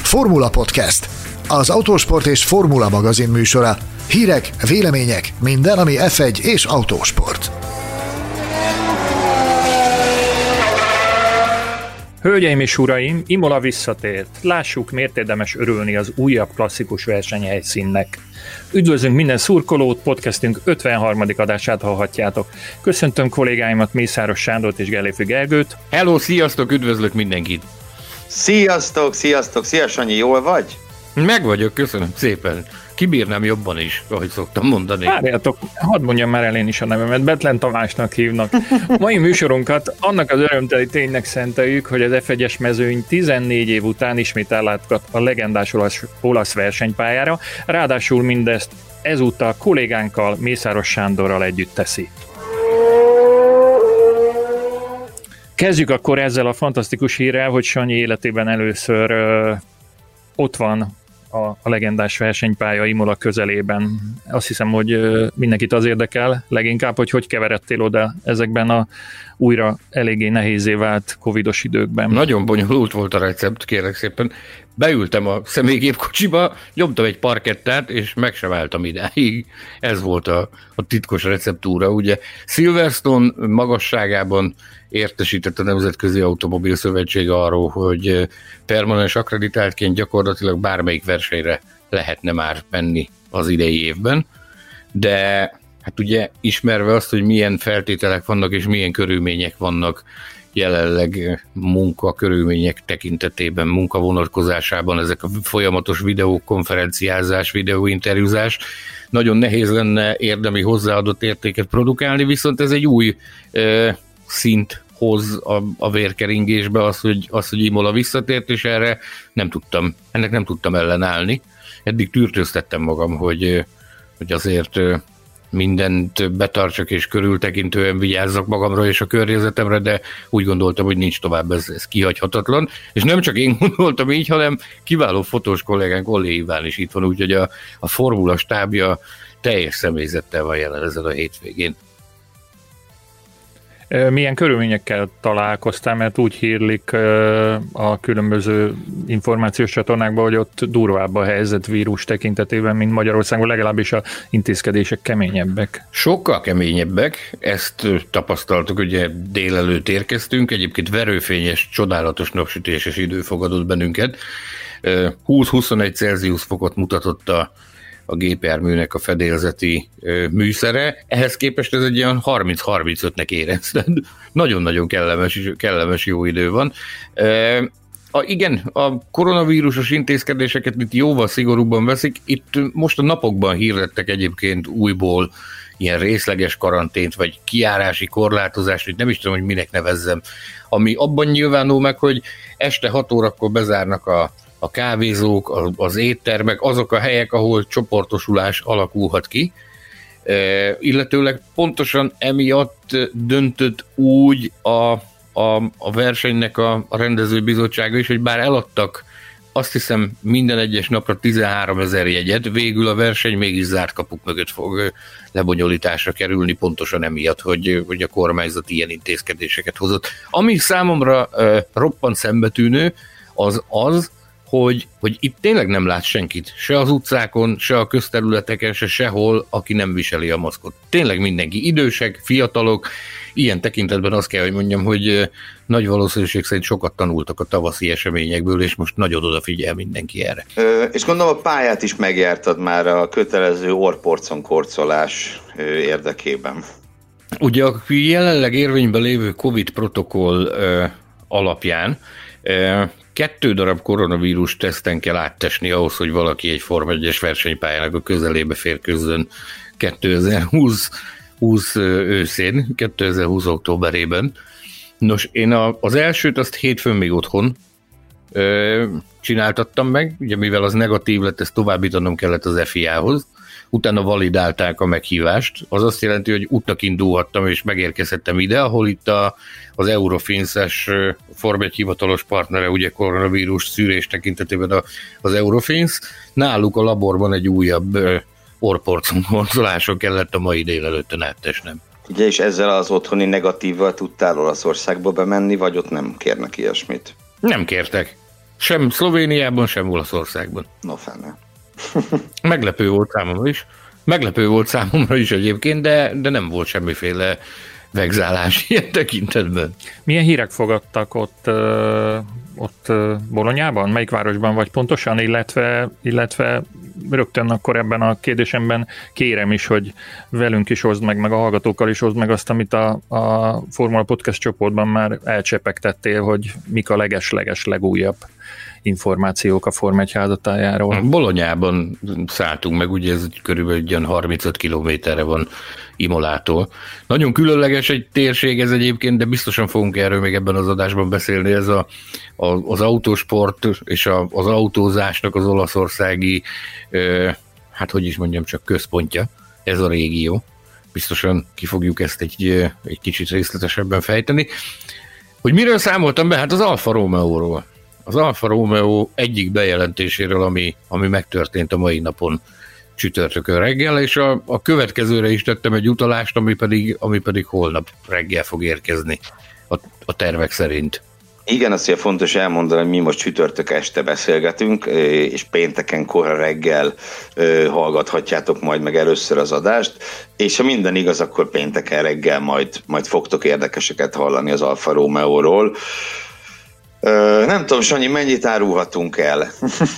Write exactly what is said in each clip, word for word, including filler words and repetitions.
Formula Podcast, az autósport és formula magazin műsora. Hírek, vélemények, minden, ami ef egy és autósport. Hölgyeim és uraim, Imola visszatért. Lássuk, miért érdemes örülni az újabb klasszikus versenyhelyszínnek. Üdvözlünk minden szurkolót, podcastünk ötvenharmadik adását hallhatjátok. Köszöntöm kollégáimat, Mészáros Sándort és Gellérfi Gergőt. Hello, sziasztok, üdvözlök mindenkit! Sziasztok, sziasztok, szia Sanyi, jól vagy? Meg vagyok, köszönöm szépen. Kibírnám jobban is, ahogy szoktam mondani. Várjátok, hadd mondjam már el én is a nevemet, Betlen Tamásnak hívnak. Mai műsorunkat annak az örömteli ténynek szenteljük, hogy az ef egyes mezőny tizennégy év után ismét ellátogat a legendás olasz, olasz versenypályára, ráadásul mindezt ezúttal kollégánkkal, Mészáros Sándorral együtt teszi. Kezdjük akkor ezzel a fantasztikus hírrel, hogy Sanyi életében először ö, ott van a, a legendás versenypálya Imola közelében. Azt hiszem, hogy ö, mindenkit az érdekel leginkább, hogy hogy keveredtél oda ezekben a újra eléggé nehézé vált covidos időkben. Nagyon bonyolult volt a recept, kérlek szépen. Beültem a személygépkocsiba, nyomtam egy parkettát, és meg sem álltam idáig. Ez volt a, a titkos receptúra. Ugye Silverstone magasságában értesített a Nemzetközi Automobil Szövetség arról, hogy permanens akkreditáltként gyakorlatilag bármelyik versenyre lehetne már menni az idei évben, de hát ugye ismerve azt, hogy milyen feltételek vannak és milyen körülmények vannak jelenleg munkakörülmények tekintetében, munkavonatkozásában, ezek a folyamatos videókonferenciázás, videóinterjúzás, nagyon nehéz lenne érdemi hozzáadott értéket produkálni, viszont ez egy új ö, szint hoz a, a vérkeringésbe, az hogy, az, hogy Imola visszatért, és erre nem tudtam, ennek nem tudtam ellenállni. Eddig tűrtőztettem magam, hogy, hogy azért mindent betartsak és körültekintően vigyázzak magamra és a környezetemre, de úgy gondoltam, hogy nincs tovább, ez, ez kihagyhatatlan. És nem csak én gondoltam így, hanem kiváló fotós kollégánk Ollé Iván is itt van, úgyhogy a, a formula stábja teljes személyzettel van jelen ezen a hétvégén. Milyen körülményekkel találkoztál, mert úgy hírlik a különböző információs csatornákban, hogy ott durvább a helyzet vírus tekintetében, mint Magyarországon, legalábbis a intézkedések keményebbek. Sokkal keményebbek, ezt tapasztaltuk, ugye délelőtt érkeztünk, egyébként verőfényes, csodálatos napsütéses idő fogadott bennünket. húsz-huszonegy Celsius fokot mutatott a a gépjárműnek a fedélzeti ö, műszere, ehhez képest ez egy ilyen harminc-harmincötnek érezted. Nagyon-nagyon kellemes, kellemes jó idő van. E, a, igen, a koronavírusos intézkedéseket itt jóval szigorúbban veszik, itt most a napokban hirdettek egyébként újból ilyen részleges karantént, vagy kijárási korlátozást, hogy nem is tudom, hogy minek nevezzem, ami abban nyilvánul meg, hogy este hat órakor bezárnak a a kávézók, az éttermek, azok a helyek, ahol csoportosulás alakulhat ki, e, illetőleg pontosan emiatt döntött úgy a, a, a versenynek a, a rendezőbizottsága is, hogy bár eladtak azt hiszem minden egyes napra tizenháromezer jegyet, végül a verseny mégis zárt kapuk mögött fog lebonyolításra kerülni, pontosan emiatt, hogy, hogy a kormányzat ilyen intézkedéseket hozott. Ami számomra e, roppant szembetűnő, az az, Hogy, hogy itt tényleg nem lát senkit, se az utcákon, se a közterületeken, se sehol, aki nem viseli a maszkot. Tényleg mindenki, idősek, fiatalok, ilyen tekintetben azt kell, hogy mondjam, hogy nagy valószínűség szerint sokat tanultak a tavaszi eseményekből, és most nagyon odafigyel mindenki erre. Ö, és gondolom a pályát is megjártad már a kötelező orrporcon korcolás ö, érdekében. Ugye a jelenleg érvényben lévő Covid protokoll ö, alapján ö, Kettő darab koronavírus teszten kell áttesni ahhoz, hogy valaki egy Forma egyes versenypályának a közelébe férkőzzön kétezer-húsz őszén, kétezer-húsz októberében. Nos, én a, az elsőt azt hétfőn még otthon ö, csináltattam meg, ugye mivel az negatív lett, ezt továbbítanom kellett az ef i á-hoz, utána validálták a meghívást, az azt jelenti, hogy útnak indulhattam és megérkezhettem ide, ahol itt a, az Eurofins-es Forma egy hivatalos partnere, ugye koronavírus szűrés tekintetében a, az Eurofins, náluk a laborban egy újabb orrporcon konzoláson kellett a mai délelőttön áttesnem. Ugye, és ezzel az otthoni negatívval tudtál Olaszországba bemenni, vagy ott nem kérnek ilyesmit? Nem kértek. Sem Szlovéniában, sem Olaszországban. No fene. Meglepő volt számomra is. Meglepő volt számomra is egyébként, de, de nem volt semmiféle vegzálás ilyen tekintetben. Milyen hírek fogadtak ott, ö, ott ö, Bolonyában? Melyik városban vagy pontosan? Illetve, illetve rögtön akkor ebben a kérdésemben kérem is, hogy velünk is oszd meg, meg a hallgatókkal is oszd meg azt, amit a, a Formula Podcast csoportban már elcsepegtettél, hogy mik a leges-leges legújabb információk a Forma egy házatájáról. Bolonyában szálltunk meg, ugye ez körülbelül ugyan harmincöt kilométerre van Imolától. Nagyon különleges egy térség ez egyébként, de biztosan fogunk erről még ebben az adásban beszélni. Ez a, a, az autósport és a, az autózásnak az olaszországi, ö, hát hogy is mondjam, csak központja, ez a régió. Biztosan ki fogjuk ezt egy, egy kicsit részletesebben fejteni. Hogy miről számoltam be? Hát az Alfa Romeo-ról. Az Alfa Romeo egyik bejelentéséről, ami, ami megtörtént a mai napon csütörtökön reggel, és a, a következőre is tettem egy utalást, ami pedig, ami pedig holnap reggel fog érkezni a, a tervek szerint. Igen, azt ugye fontos elmondani, hogy mi most csütörtök este beszélgetünk, és pénteken kora reggel hallgathatjátok majd meg először az adást, és ha minden igaz, akkor pénteken reggel majd, majd fogtok érdekeseket hallani az Alfa Romeo-ról. Nem tudom, Sanyi, mennyit árulhatunk el?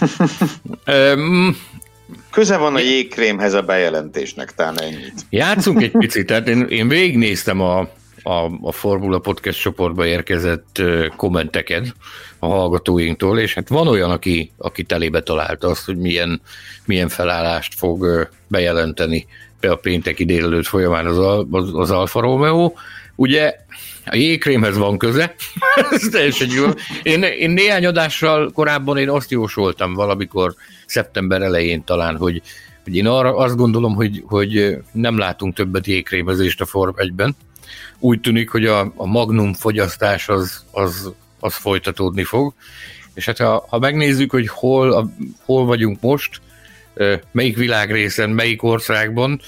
Um, Köze van a jégkrémhez a bejelentésnek, talán ennyit. Játszunk egy picit, tehát én, én végignéztem a, a, a Formula Podcast csoportba érkezett kommenteket a hallgatóinktól, és hát van olyan, aki, aki telébe találta azt, hogy milyen, milyen felállást fog bejelenteni be a pénteki délelőtt folyamán az, az, az Alfa Romeo. Ugye a jégkrémhez van köze, ez teljesen jó. Én, én néhány adással korábban én azt jósoltam valamikor szeptember elején talán, hogy, hogy én arra azt gondolom, hogy, hogy nem látunk többet jégkrémezést a Form egyben. Úgy tűnik, hogy a, a magnum fogyasztás az, az, az folytatódni fog. És hát ha, ha megnézzük, hogy hol, a, hol vagyunk most, melyik világrészen, melyik országban,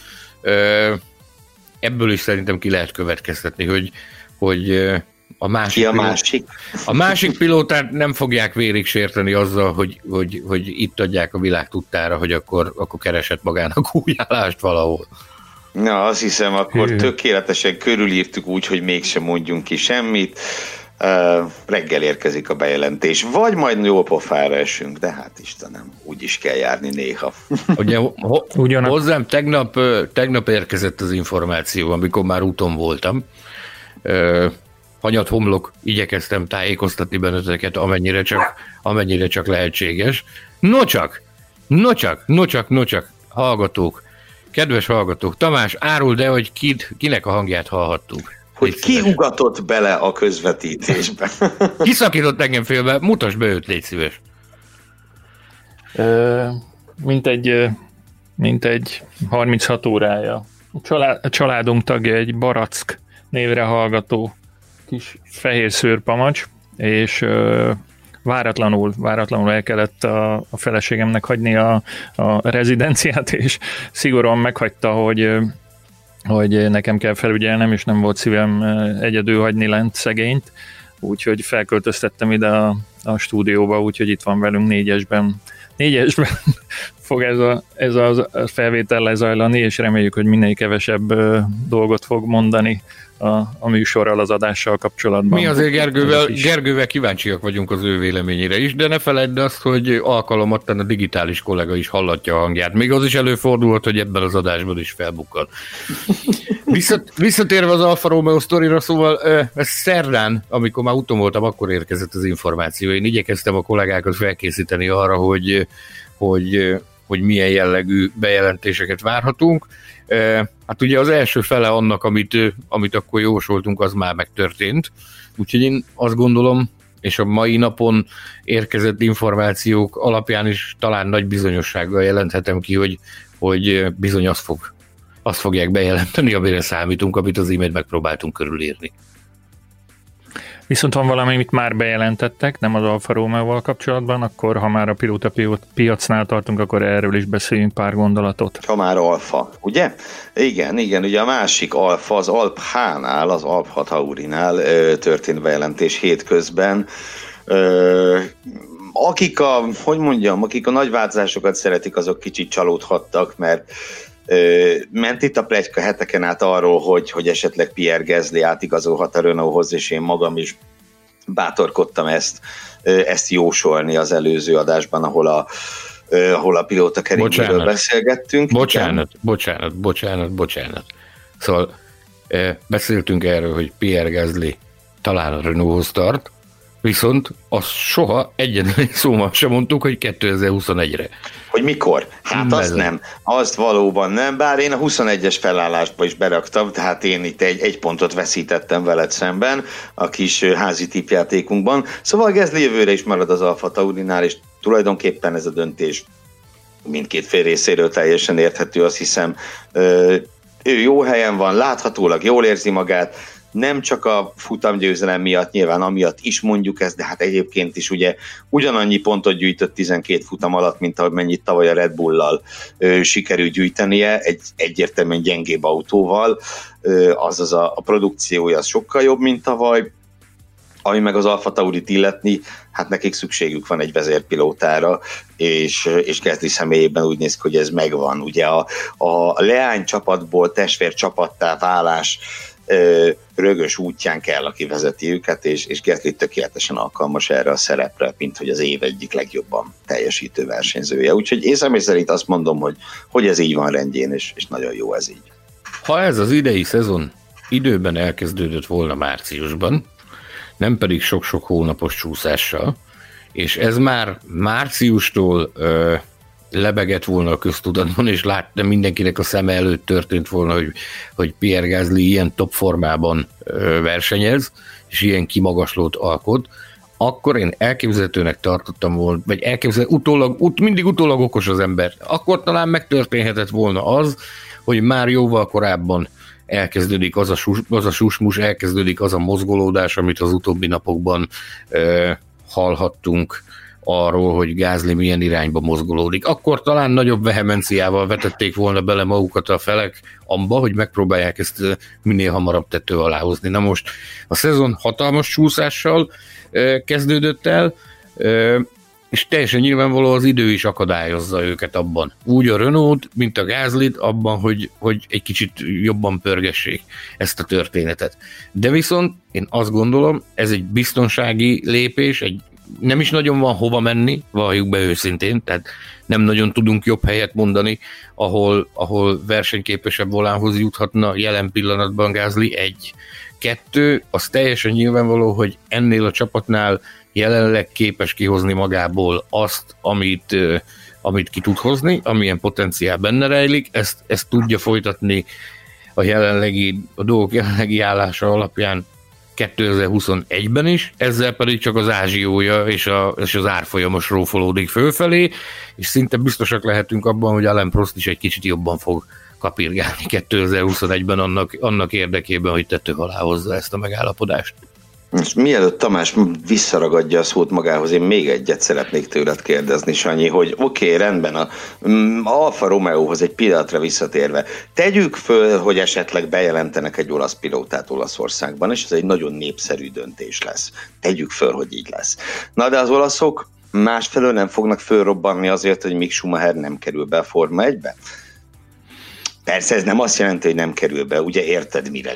ebből is szerintem ki lehet következtetni, hogy, hogy a másik, ki a másik? A másik pilótát nem fogják vérig sérteni azzal, hogy, hogy, hogy itt adják a világ tudtára, hogy akkor, akkor keresett magának új állást valahol. Na, azt hiszem, akkor tökéletesen körülírtuk úgy, hogy mégsem mondjunk ki semmit. Uh, reggel érkezik a bejelentés, vagy majd jó pofára esünk, de hát Istenem, úgy is kell járni néha. Ugye ho- hozzám tegnap, tegnap érkezett az információ, amikor már úton voltam. Uh, hanyat homlok, igyekeztem tájékoztatni benneteket, amennyire csak, amennyire csak lehetséges. Nocsak, nocsak, nocsak, nocsak, hallgatók, kedves hallgatók, Tamás, áruld el, hogy kid, kinek a hangját hallhattuk. Hogy ki ugatott bele a közvetítésbe. Kiszakított engem félbe, mutasd be őt, légy szíves. Ö, mint egy, mint egy harminchat órája. A, család, a családunk tagja egy Barack névre hallgató kis fehér szőrpamacs, és ö, váratlanul, váratlanul el kellett a, a feleségemnek hagyni a, a rezidenciát, és szigorúan meghagyta, hogy hogy nekem kell felügyelnem, és nem volt szívem egyedül hagyni lent szegényt, úgyhogy felköltöztettem ide a, a stúdióba, úgyhogy itt van velünk négyesben. Négyesben fog ez a, ez a felvétel lezajlani, és reméljük, hogy minél kevesebb dolgot fog mondani a, a műsorral, az adással kapcsolatban. Mi azért Gergővel, Gergővel kíváncsiak vagyunk az ő véleményére is, de ne feledd azt, hogy alkalomattán a digitális kollega is hallatja a hangját. Még az is előfordulhat, hogy ebben az adásban is felbukkan. Visszat, visszatérve az Alfa Romeo sztorira, szóval ez szerdán, amikor már úton voltam, akkor érkezett az információ. Én igyekeztem a kollégákat felkészíteni arra, hogy, hogy, hogy milyen jellegű bejelentéseket várhatunk. Hát ugye az első fele annak, amit, amit akkor jósoltunk, az már megtörtént. Úgyhogy én azt gondolom, és a mai napon érkezett információk alapján is talán nagy bizonyossággal jelenthetem ki, hogy, hogy bizony azt, fog, azt fogják bejelenteni, amire számítunk, amit az imént megpróbáltunk körülírni. Viszont van valami, amit már bejelentettek, nem az Alfa Romeo-val kapcsolatban, akkor ha már a pilóta piacnál tartunk, akkor erről is beszéljünk pár gondolatot. Ha már Alfa, ugye? Igen, igen, ugye a másik Alfa, az Alp H-nál, az Alpha Taurinál történt bejelentés hétközben. akik a, hogy mondjam, akik a nagy változásokat szeretik, azok kicsit csalódhattak, mert ö, ment itt a pletyka heteken át arról, hogy, hogy esetleg Pierre Gasly átigazolhat a Renaulthoz, és én magam is bátorkodtam ezt, ö, ezt jósolni az előző adásban, ahol a Uh, ahol a pilóta keringéről beszélgettünk. Bocsánat, igen. bocsánat, bocsánat, bocsánat. Szóval eh, beszéltünk erről, hogy Pierre Gasly talán a Renaulthoz tart, viszont azt soha egyetlen szóval sem mondtuk, hogy kétezer-huszonegyre. Hogy mikor? Hát nem azt nem. Azt valóban nem, bár én a huszonegyes felállásba is beraktam, tehát én itt egy, egy pontot veszítettem veled szemben a kis házi tippjátékunkban. Szóval Gasly jövőre is marad az Alfa Taurinál, és tulajdonképpen ez a döntés mindkét fél részéről teljesen érthető, azt hiszem. Ő jó helyen van, láthatólag jól érzi magát, nem csak a futamgyőzelem miatt, nyilván amiatt is mondjuk ezt, de hát egyébként is ugye ugyanannyi pontot gyűjtött tizenkét futam alatt, mint ahogy mennyit tavaly a Red Bull-lal ö, sikerült gyűjtenie, egy egyértelműen gyengébb autóval, ö, azaz a, a produkciója az sokkal jobb, mint tavaly, ami meg az Alfa Taurit illetni, hát nekik szükségük van egy vezérpilótára, és, és Gasly személyében úgy néz ki, hogy ez megvan. Ugye a, a leány csapatból testvér csapattá válás ö, rögös útján kell, aki vezeti őket, és, és Gasly tökéletesen alkalmas erre a szerepre, mint hogy az év egyik legjobban teljesítő versenyzője. Úgyhogy én személy szerint azt mondom, hogy, hogy ez így van rendjén, és, és nagyon jó ez így. Ha ez az idei szezon időben elkezdődött volna márciusban, nem pedig sok-sok hónapos csúszással, és ez már márciustól ö, lebegett volna a köztudatban, és látta mindenkinek a szeme előtt történt volna, hogy, hogy Pierre Gasly ilyen top formában ö, versenyez, és ilyen kimagaslót alkot, akkor én elképzelhetőnek tartottam volna, vagy elképzelhető, utólag, ut, mindig utólag okos az ember, akkor talán megtörténhetett volna az, hogy már jóval korábban elkezdődik az a, sus, az a susmus, elkezdődik az a mozgolódás, amit az utóbbi napokban ö, hallhattunk arról, hogy Gasly milyen irányba mozgolódik. Akkor talán nagyobb vehemenciával vetették volna bele magukat a felek amba, hogy megpróbálják ezt minél hamarabb tető alá hozni. Na most a szezon hatalmas csúszással ö, kezdődött el, ö, és teljesen nyilvánvaló az idő is akadályozza őket abban. Úgy a Renault, mint a Gaslyt abban, hogy, hogy egy kicsit jobban pörgessék ezt a történetet. De viszont én azt gondolom, ez egy biztonsági lépés, egy, nem is nagyon van hova menni, valljuk be őszintén, tehát nem nagyon tudunk jobb helyet mondani, ahol, ahol versenyképesebb volánhoz juthatna jelen pillanatban Gasly. Egy. Kettő, az teljesen nyilvánvaló, hogy ennél a csapatnál jelenleg képes kihozni magából azt, amit, amit ki tud hozni, amilyen potenciál benne rejlik, ezt, ezt tudja folytatni a jelenlegi, a dolgok jelenlegi állása alapján kétezer-huszonegyben is, ezzel pedig csak az ázsiója és, a, és az árfolyamos rófolódik fölfelé, és szinte biztosak lehetünk abban, hogy Alain Prost is egy kicsit jobban fog kapirgálni kétezer-huszonegyben annak, annak érdekében, hogy tető alá hozza ezt a megállapodást. És mielőtt Tamás visszaragadja a szót magához, én még egyet szeretnék tőled kérdezni, Sanyi, hogy oké, okay, rendben, a Alfa Romeóhoz egy pillanatra visszatérve, tegyük föl, hogy esetleg bejelentenek egy olasz pilótát Olaszországban, és ez egy nagyon népszerű döntés lesz. Tegyük föl, hogy így lesz. Na de az olaszok másfelől nem fognak fölrobbanni azért, hogy Mick Schumacher nem kerül be a Forma egybe? Persze ez nem azt jelenti, hogy nem kerül be, ugye érted mire?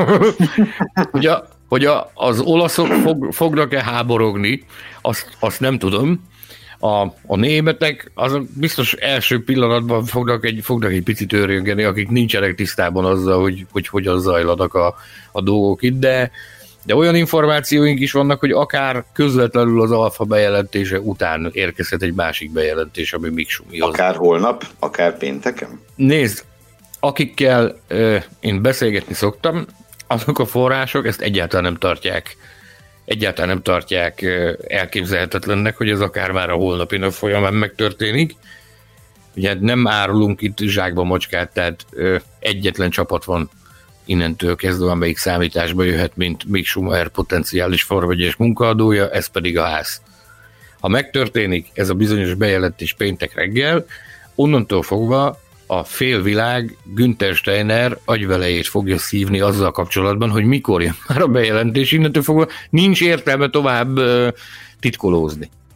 Ugye, hogy a, az olaszok fog, fognak-e háborogni, azt, azt nem tudom. A, a németek azok biztos első pillanatban fognak egy, fognak egy picit őrjöngeni, akik nincsenek tisztában azzal, hogy, hogy hogyan zajlanak a, a dolgok itt, de, de olyan információink is vannak, hogy akár közvetlenül az Alfa bejelentése után érkezhet egy másik bejelentés, ami Mick Schumihoz. Akár holnap, akár pénteken? Nézd, akikkel ö, én beszélgetni szoktam, azok a források ezt egyáltalán nem tartják, egyáltalán nem tartják ö, elképzelhetetlennek, hogy ez akár már a holnapi nap folyamán megtörténik. Ugye nem árulunk itt zsákba macskát, tehát ö, egyetlen csapat van innentől kezdve, amelyik számításba jöhet, mint Mick Schumacher potenciális Forma egyes munkaadója, ez pedig a ház. Ha megtörténik ez a bizonyos bejelentés péntek reggel, onnantól fogva a félvilág Günther Steiner agyvelejét fogja szívni azzal kapcsolatban, hogy mikor jön már a bejelentés, innentől fogva nincs értelme tovább uh, titkolózni.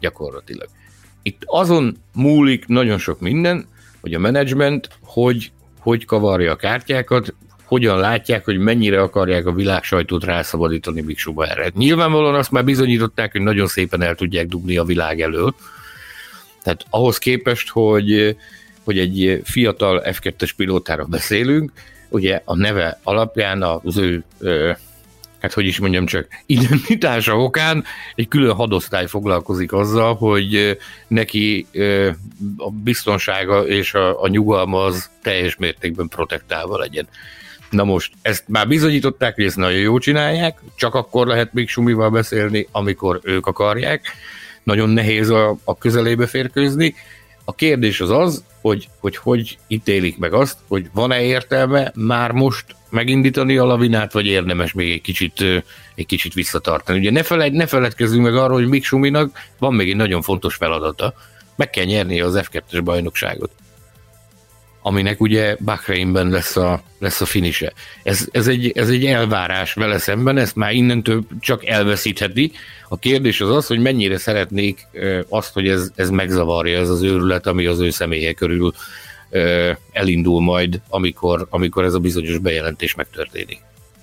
gyakorlatilag. Itt azon múlik nagyon sok minden, hogy a menedzsment hogy, hogy kavarja a kártyákat, hogyan látják, hogy mennyire akarják a világ sajtót rászabadítani Mick Schumacherre. Nyilvánvalóan azt már bizonyították, hogy nagyon szépen el tudják dugni a világ elől. Tehát ahhoz képest, hogy, hogy egy fiatal ef kettes pilótára beszélünk, ugye a neve alapján az ő, hát hogy is mondjam csak, identitása okán egy külön hadosztály foglalkozik azzal, hogy neki a biztonsága és a, a nyugalma az teljes mértékben protektálva legyen. Na most, ezt már bizonyították, hogy ezt nagyon jól csinálják, csak akkor lehet még Sumival beszélni, amikor ők akarják. Nagyon nehéz a, a közelébe férkőzni. A kérdés az az, hogy, hogy hogy ítélik meg azt, hogy van-e értelme már most megindítani a lavinát, vagy érdemes még egy kicsit, egy kicsit visszatartani. Ugye ne, feled, ne feledkezzünk meg arról, hogy Mick Schuminak van még egy nagyon fontos feladata. Meg kell nyernie az ef kettes bajnokságot, aminek ugye Bahreinben lesz a, lesz a finise. Ez, ez, egy, ez egy elvárás vele szemben, ezt már innentől csak elveszítheti. A kérdés az az, hogy mennyire szeretnék azt, hogy ez, ez megzavarja, ez az őrület, ami az ő személye körül elindul majd, amikor, amikor ez a bizonyos bejelentés megtörténik.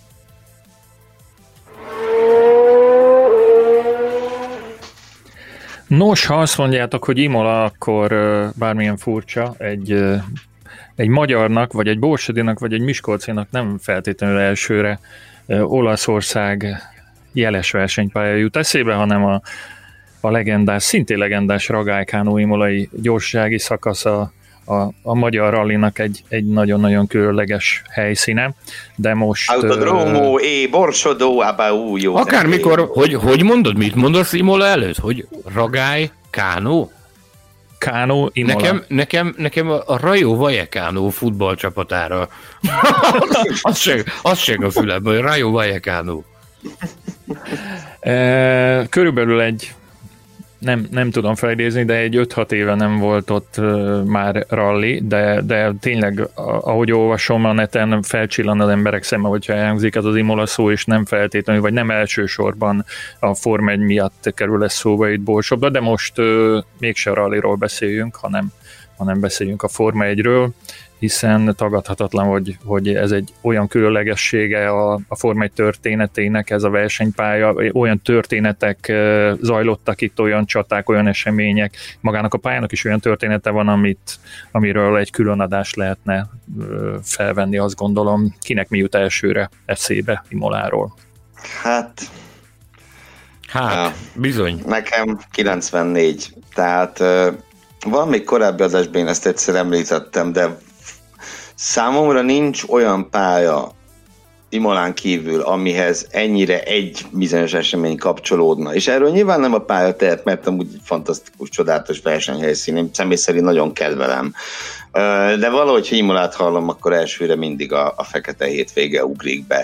Nos, ha azt mondjátok, hogy Imola, akkor bármilyen furcsa, egy egy magyarnak, vagy egy borsodinak, vagy egy miskolcinak nem feltétlenül elsőre Olaszország jeles versenypálya jut eszébe, hanem a, a legendás, szintén legendás Ragály Kánó imolai gyorsasági szakasz a, a, a magyar rallinak egy, egy nagyon-nagyon különleges helyszíne, de most... Autodromo uh, e Borsodó Abaújó. Akármikor, hogy, hogy mondod, mit mondasz Imola előtt? Hogy Ragály Kánó? Kánó, Imola. Nekem, nekem, nekem a Rayo Vallecano futballcsapatára az sem az sem a fülemben, hogy Rayo Vallecano. E, körülbelül egy nem, nem tudom felidézni, de egy öt-hat éve nem volt ott uh, már rally, de, de tényleg, ahogy olvasom a neten, felcsillan az emberek szeme, hogyha elhangzik az az Imola szó, és nem feltétlenül, vagy nem elsősorban a Forma egy miatt kerül ez szóba itt Borsodba, de most uh, mégse a rallyról beszéljünk, hanem, hanem beszéljünk a Forma egyről, hiszen tagadhatatlan, hogy, hogy ez egy olyan különlegessége a, a Forma egy történetének, ez a versenypálya, olyan történetek zajlottak itt, olyan csaták, olyan események, magának a pályának is olyan története van, amit, amiről egy külön adást lehetne felvenni, azt gondolom. Kinek mi jut elsőre eszébe Imoláról? Hát... Hát, ja, bizony. Nekem kilencvennégy, tehát van még korábbi adásban, én ezt egyszer említettem, de számomra nincs olyan pálya Imolán kívül, amihez ennyire egy bizonyos esemény kapcsolódna. És erről nyilván nem a pálya tehet, mert amúgy fantasztikus, csodálatos versenyhelyszín, én személy szerint nagyon kedvelem. De valahogy, ha Imolát hallom, akkor elsőre mindig a, a fekete hétvége ugrik be.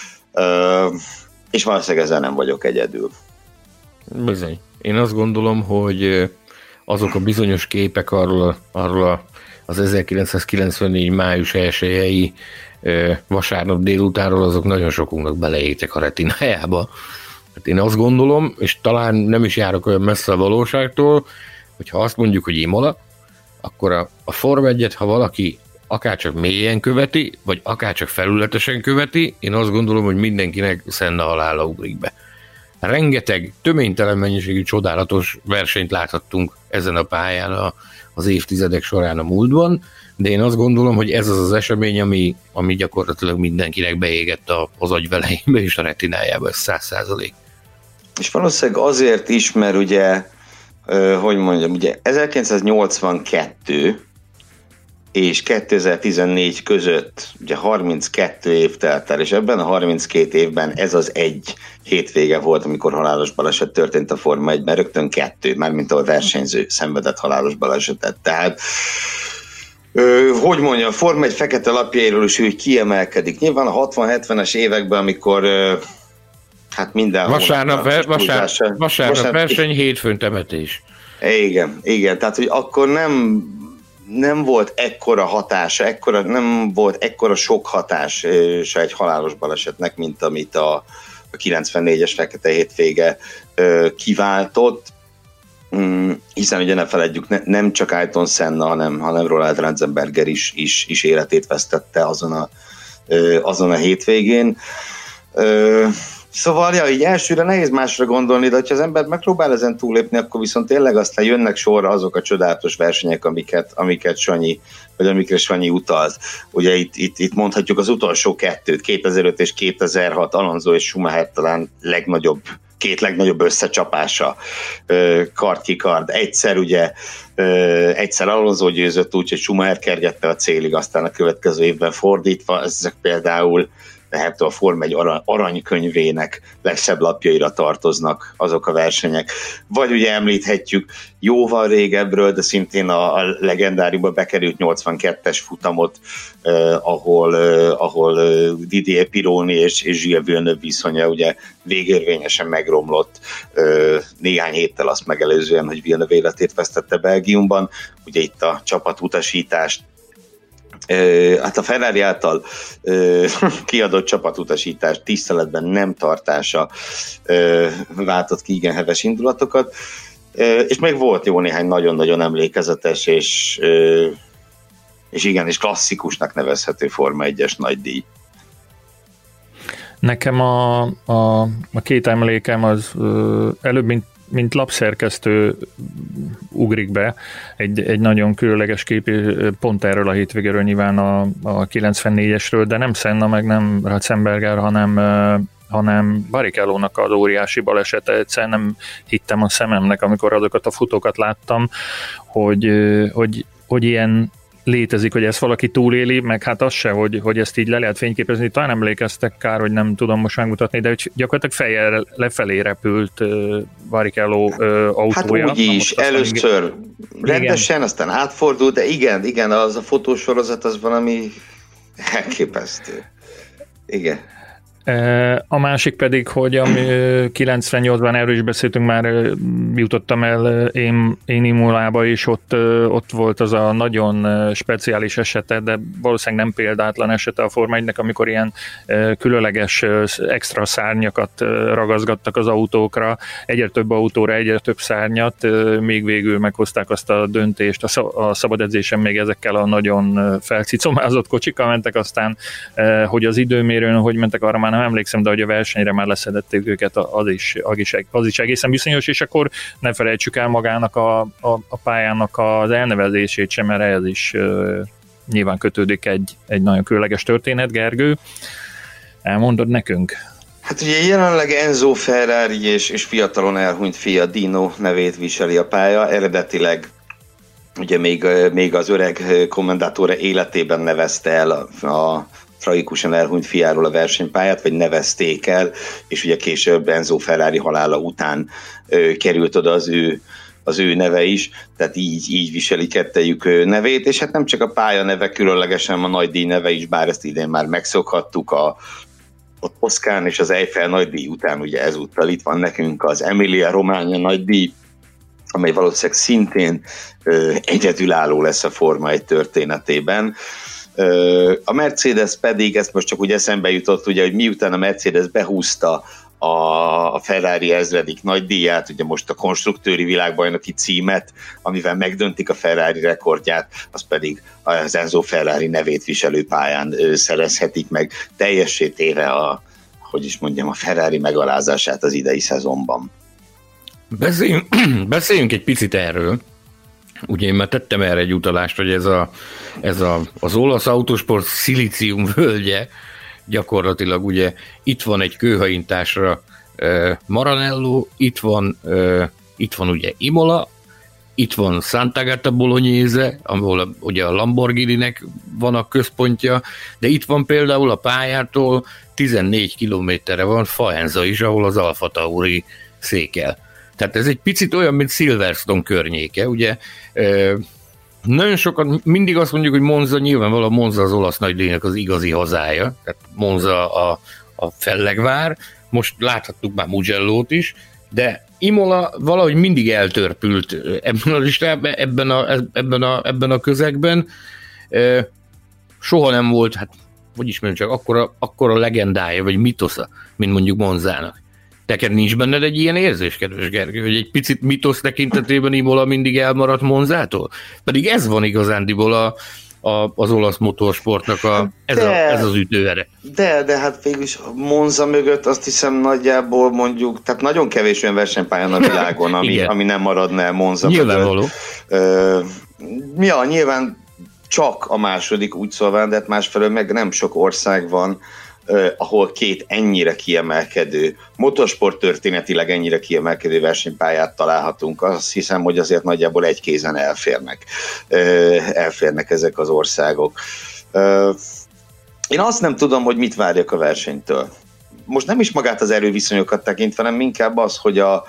És valószínűleg ezzel nem vagyok egyedül. Bizony. Én azt gondolom, hogy azok a bizonyos képek arról, a, arról a, az ezerkilencszázkilencvennégy május elsejei vasárnap délutánról, azok nagyon sokunknak beleégtek a retinájába. Hát én azt gondolom, és talán nem is járok olyan messze a valóságtól, hogyha azt mondjuk, hogy Imola, akkor a, a Forma egyet, ha valaki akárcsak mélyen követi, vagy akárcsak felületesen követi, én azt gondolom, hogy mindenkinek Senna halála ugrik be. Rengeteg, töménytelen mennyiségű csodálatos versenyt láthattunk ezen a pályán a, az évtizedek során a múltban, de én azt gondolom, hogy ez az az esemény, ami, ami gyakorlatilag mindenkinek beégett a, az agyvelejébe és a retinájába, ez száz százalék. És valószínűleg azért is, mert ugye, hogy mondjam, ugye ezerkilencszáznyolcvankettő és kétezer-tizennégy között ugye harminckettő év telt el, és ebben a harminckét évben ez az egy hétvége volt, amikor halálos baleset történt a Forma egyben, rögtön kettő, mármint a versenyző szenvedett halálos balesetet. Tehát, ö, hogy mondjam, a Forma egy fekete lapjairól is úgy kiemelkedik. Nyilván a hatvan-hetvenes években, amikor ö, hát minden... Vasárnap, ver, vasár, vasárnap, vasárnap verseny, hétfőn temetés. Igen, igen, tehát hogy akkor nem... nem volt ekkora hatása, ekkora, nem volt ekkora sok hatása egy halálos balesetnek, mint amit a, a kilencvennégyes fekete hétvége ö, kiváltott. hiszen ugye ne feledjük, ne, nem csak Ayrton Senna, hanem, hanem Roland Ratzenberger is, is, is életét vesztette azon a, azon a hétvégén. Szóval, ja, így elsőre nehéz másra gondolni, de ha az ember megpróbál ezen túlépni, akkor viszont tényleg aztán jönnek sorra azok a csodálatos versenyek, amiket, amiket Sanyi, vagy amikre Sanyi utalt. Ugye itt, itt, itt mondhatjuk az utolsó kettőt, kétezer-öt és kétezer-hat, Alonso és Schumacher talán legnagyobb, két legnagyobb összecsapása kard-kikard. Egyszer ugye, egyszer Alonso győzött úgy, hogy Schumacher kergette a célig, aztán a következő évben fordítva, ezek például lehet a Forma egy aranykönyvének legszebb lapjaira tartoznak azok a versenyek. Vagy ugye említhetjük jóval régebről, de szintén a, a legendáriumba bekerült nyolcvankettes futamot, eh, ahol, eh, ahol eh, Didier Pironi és, és Gilles Villeneuve viszonya ugye végérvényesen megromlott eh, néhány héttel azt megelőzően, hogy Villeneuve életét vesztette Belgiumban. Ugye itt a csapatutasítást Uh, hát a Ferrari által uh, kiadott csapatutasítás tiszteletben nem tartása uh, váltott ki igen heves indulatokat, uh, és még volt jó néhány nagyon-nagyon emlékezetes és, uh, és igenis klasszikusnak nevezhető Forma egyes nagydíj. Nekem a, a, a két emlékem az uh, előbb, mint mint lapszerkesztő ugrik be egy, egy nagyon különleges kép, pont erről a hétvégéről, nyilván a, a kilencvennégyesről, de nem Senna, meg nem Ratzenberger, hanem, hanem Barrichello-nak az óriási balesete. Egyszerűen nem hittem a szememnek, amikor azokat a futókat láttam, hogy, hogy, hogy ilyen létezik, hogy ezt valaki túléli, meg hát az se, hogy, hogy ezt így le lehet fényképezni. Talán emlékeztek, kár, hogy nem tudom most megmutatni, de hogy gyakorlatilag fejjel lefelé repült uh, Barrichello uh, autója. Hát úgy is, először mondjuk, rendesen, igen. Aztán átfordult, de igen, igen, az a fotósorozat az valami elképesztő. Igen. A másik pedig, hogy ami kilencvennyolcban erről is beszéltünk, már jutottam el én, én Imolába is, ott, ott volt az a nagyon speciális esete, de valószínűleg nem példátlan esete a Forma egynek, amikor ilyen különleges extra szárnyakat ragaszgattak az autókra, egyre több autóra, egyre több szárnyat, még végül meghozták azt a döntést. A szabad edzésen még ezekkel a nagyon felcicomázott kocsikkal mentek, aztán, hogy az időmérőn, hogy mentek, arra már nem emlékszem, de hogy a versenyre már leszedették őket, az is, az is, az is egészen bizonyos, és akkor ne felejtsük el magának a, a, a pályának az elnevezését sem, mert ez is uh, nyilván kötődik egy, egy nagyon különleges történet. Gergő, elmondod nekünk? Hát ugye jelenleg Enzo Ferrari és, és fiatalon elhunyt fia Dino nevét viseli a pálya, eredetileg ugye még, még az öreg kommendátora életében nevezte el a, a tragikusan elhunyt fiáról a versenypályát, vagy nevezték el, és ugye később Enzo Ferrari halála után ö, került oda az ő, az ő neve is, tehát így, így viseli kettejük nevét, és hát nem csak a pálya neve különlegesen, a nagydíj neve is, bár ezt idén már megszokhattuk, a, a Toszkán és az Eiffel nagydíj után, ugye ezúttal itt van nekünk az Emilia Romagna nagydíj, amely valószínűleg szintén ö, egyedülálló lesz a Forma egy történetében. A Mercedes pedig, ezt most csak úgy eszembe jutott, ugye, hogy miután a Mercedes behúzta a Ferrari ezredik nagydíját, ugye most a konstruktőri világbajnoki címet, amivel megdöntik a Ferrari rekordját, az pedig az Enzo Ferrari nevét viselő pályán szerezhetik meg, teljessé téve a, hogy is mondjam, a Ferrari megalázását az idei szezonban. Beszéljünk, beszéljünk egy picit erről. Ugye én már tettem erre egy utalást, hogy ez, a, ez a, az olasz autósport szilícium völgye, gyakorlatilag ugye itt van egy kőhajintásra uh, Maranello, itt van, uh, itt van ugye Imola, itt van Sant'Agata Bolognese, ahol ugye a Lamborghininek van a központja, de itt van például a pályától tizennégy kilométerre van Faenza is, ahol az Alfa Tauri székel. Tehát ez egy picit olyan, mint Silverstone környéke, ugye nagyon sokan mindig azt mondjuk, hogy Monza, nyilvánvalóan Monza az olasz nagydíjnak az igazi hazája, tehát Monza a, a fellegvár, most láthattuk már Mugello-t is, de Imola valahogy mindig eltörpült ebben a listában, ebben a, ebben a, ebben a közegben, soha nem volt, hát hogy is mondjam, csak akkora, akkora legendája, vagy mitosza, mint mondjuk Monzának. Neked nincs benned egy ilyen érzés, kedves Gergő, hogy egy picit mitosz tekintetében Imola mindig elmaradt Monzától? Pedig ez van igazándiból a, a, az olasz motorsportnak a, ez, de, a, ez az ütőere. De, de hát végülis Monza mögött azt hiszem nagyjából mondjuk, tehát nagyon kevés olyan versenypályán a világon, ami, ami nem maradna el Monza Nyilvánvaló. mögött. Uh, ja, nyilván csak a második úgy szólván, de hát másfelől meg nem sok ország van, Uh, ahol két ennyire kiemelkedő, motorsport történetileg ennyire kiemelkedő versenypályát találhatunk. Azt hiszem, hogy azért nagyjából egy kézen elférnek, uh, elférnek ezek az országok. Uh, én azt nem tudom, hogy mit várjak a versenytől. Most nem is magát az erőviszonyokat tekintve, hanem inkább az, hogy a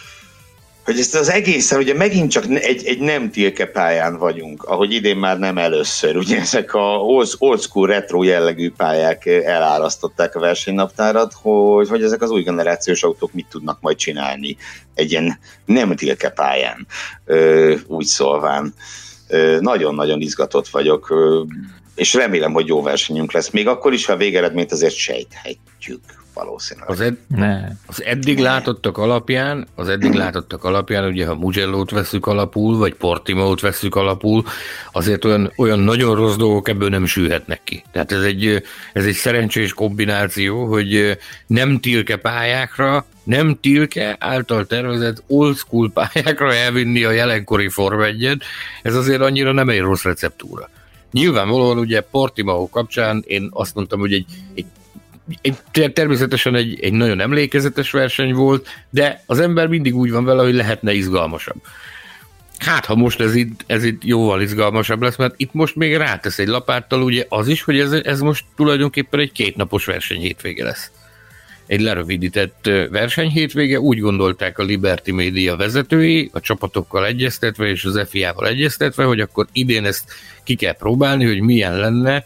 hogy ezt az egészen, ugye megint csak egy, egy nem tilke pályán vagyunk, ahogy idén már nem először. Ugye ezek a old, old school retro jellegű pályák elárasztották a versenynaptárat, hogy, hogy ezek az új generációs autók mit tudnak majd csinálni egy ilyen nem tilke pályán, úgy szólván. Nagyon-nagyon izgatott vagyok, és remélem, hogy jó versenyünk lesz. Még akkor is, ha a végeredményt azért sejthetjük. Valószínűleg. Az, ed- az eddig látottak alapján, az eddig látottak alapján, ugye ha Mugello-t veszük alapul, vagy Portimao-t veszük alapul, azért olyan, olyan nagyon rossz dolgok ebből nem sülhetnek ki. Tehát ez egy, ez egy szerencsés kombináció, hogy nem tilke pályákra, nem tilke által tervezett old school pályákra elvinni a jelenkori Form egyet, ez azért annyira nem egy rossz receptúra. Nyilvánvalóan ugye Portimao kapcsán én azt mondtam, hogy egy, egy Egy, természetesen egy, egy nagyon emlékezetes verseny volt, de az ember mindig úgy van vele, hogy lehetne izgalmasabb. Hát, ha most ez itt, ez itt jóval izgalmasabb lesz, mert itt most még rátesz egy lapáttal, ugye az is, hogy ez, ez most tulajdonképpen egy kétnapos versenyhétvége lesz. Egy lerövidített versenyhétvége, úgy gondolták a Liberty Media vezetői, a csapatokkal egyeztetve és az ef i á-val egyeztetve, hogy akkor idén ezt ki kell próbálni, hogy milyen lenne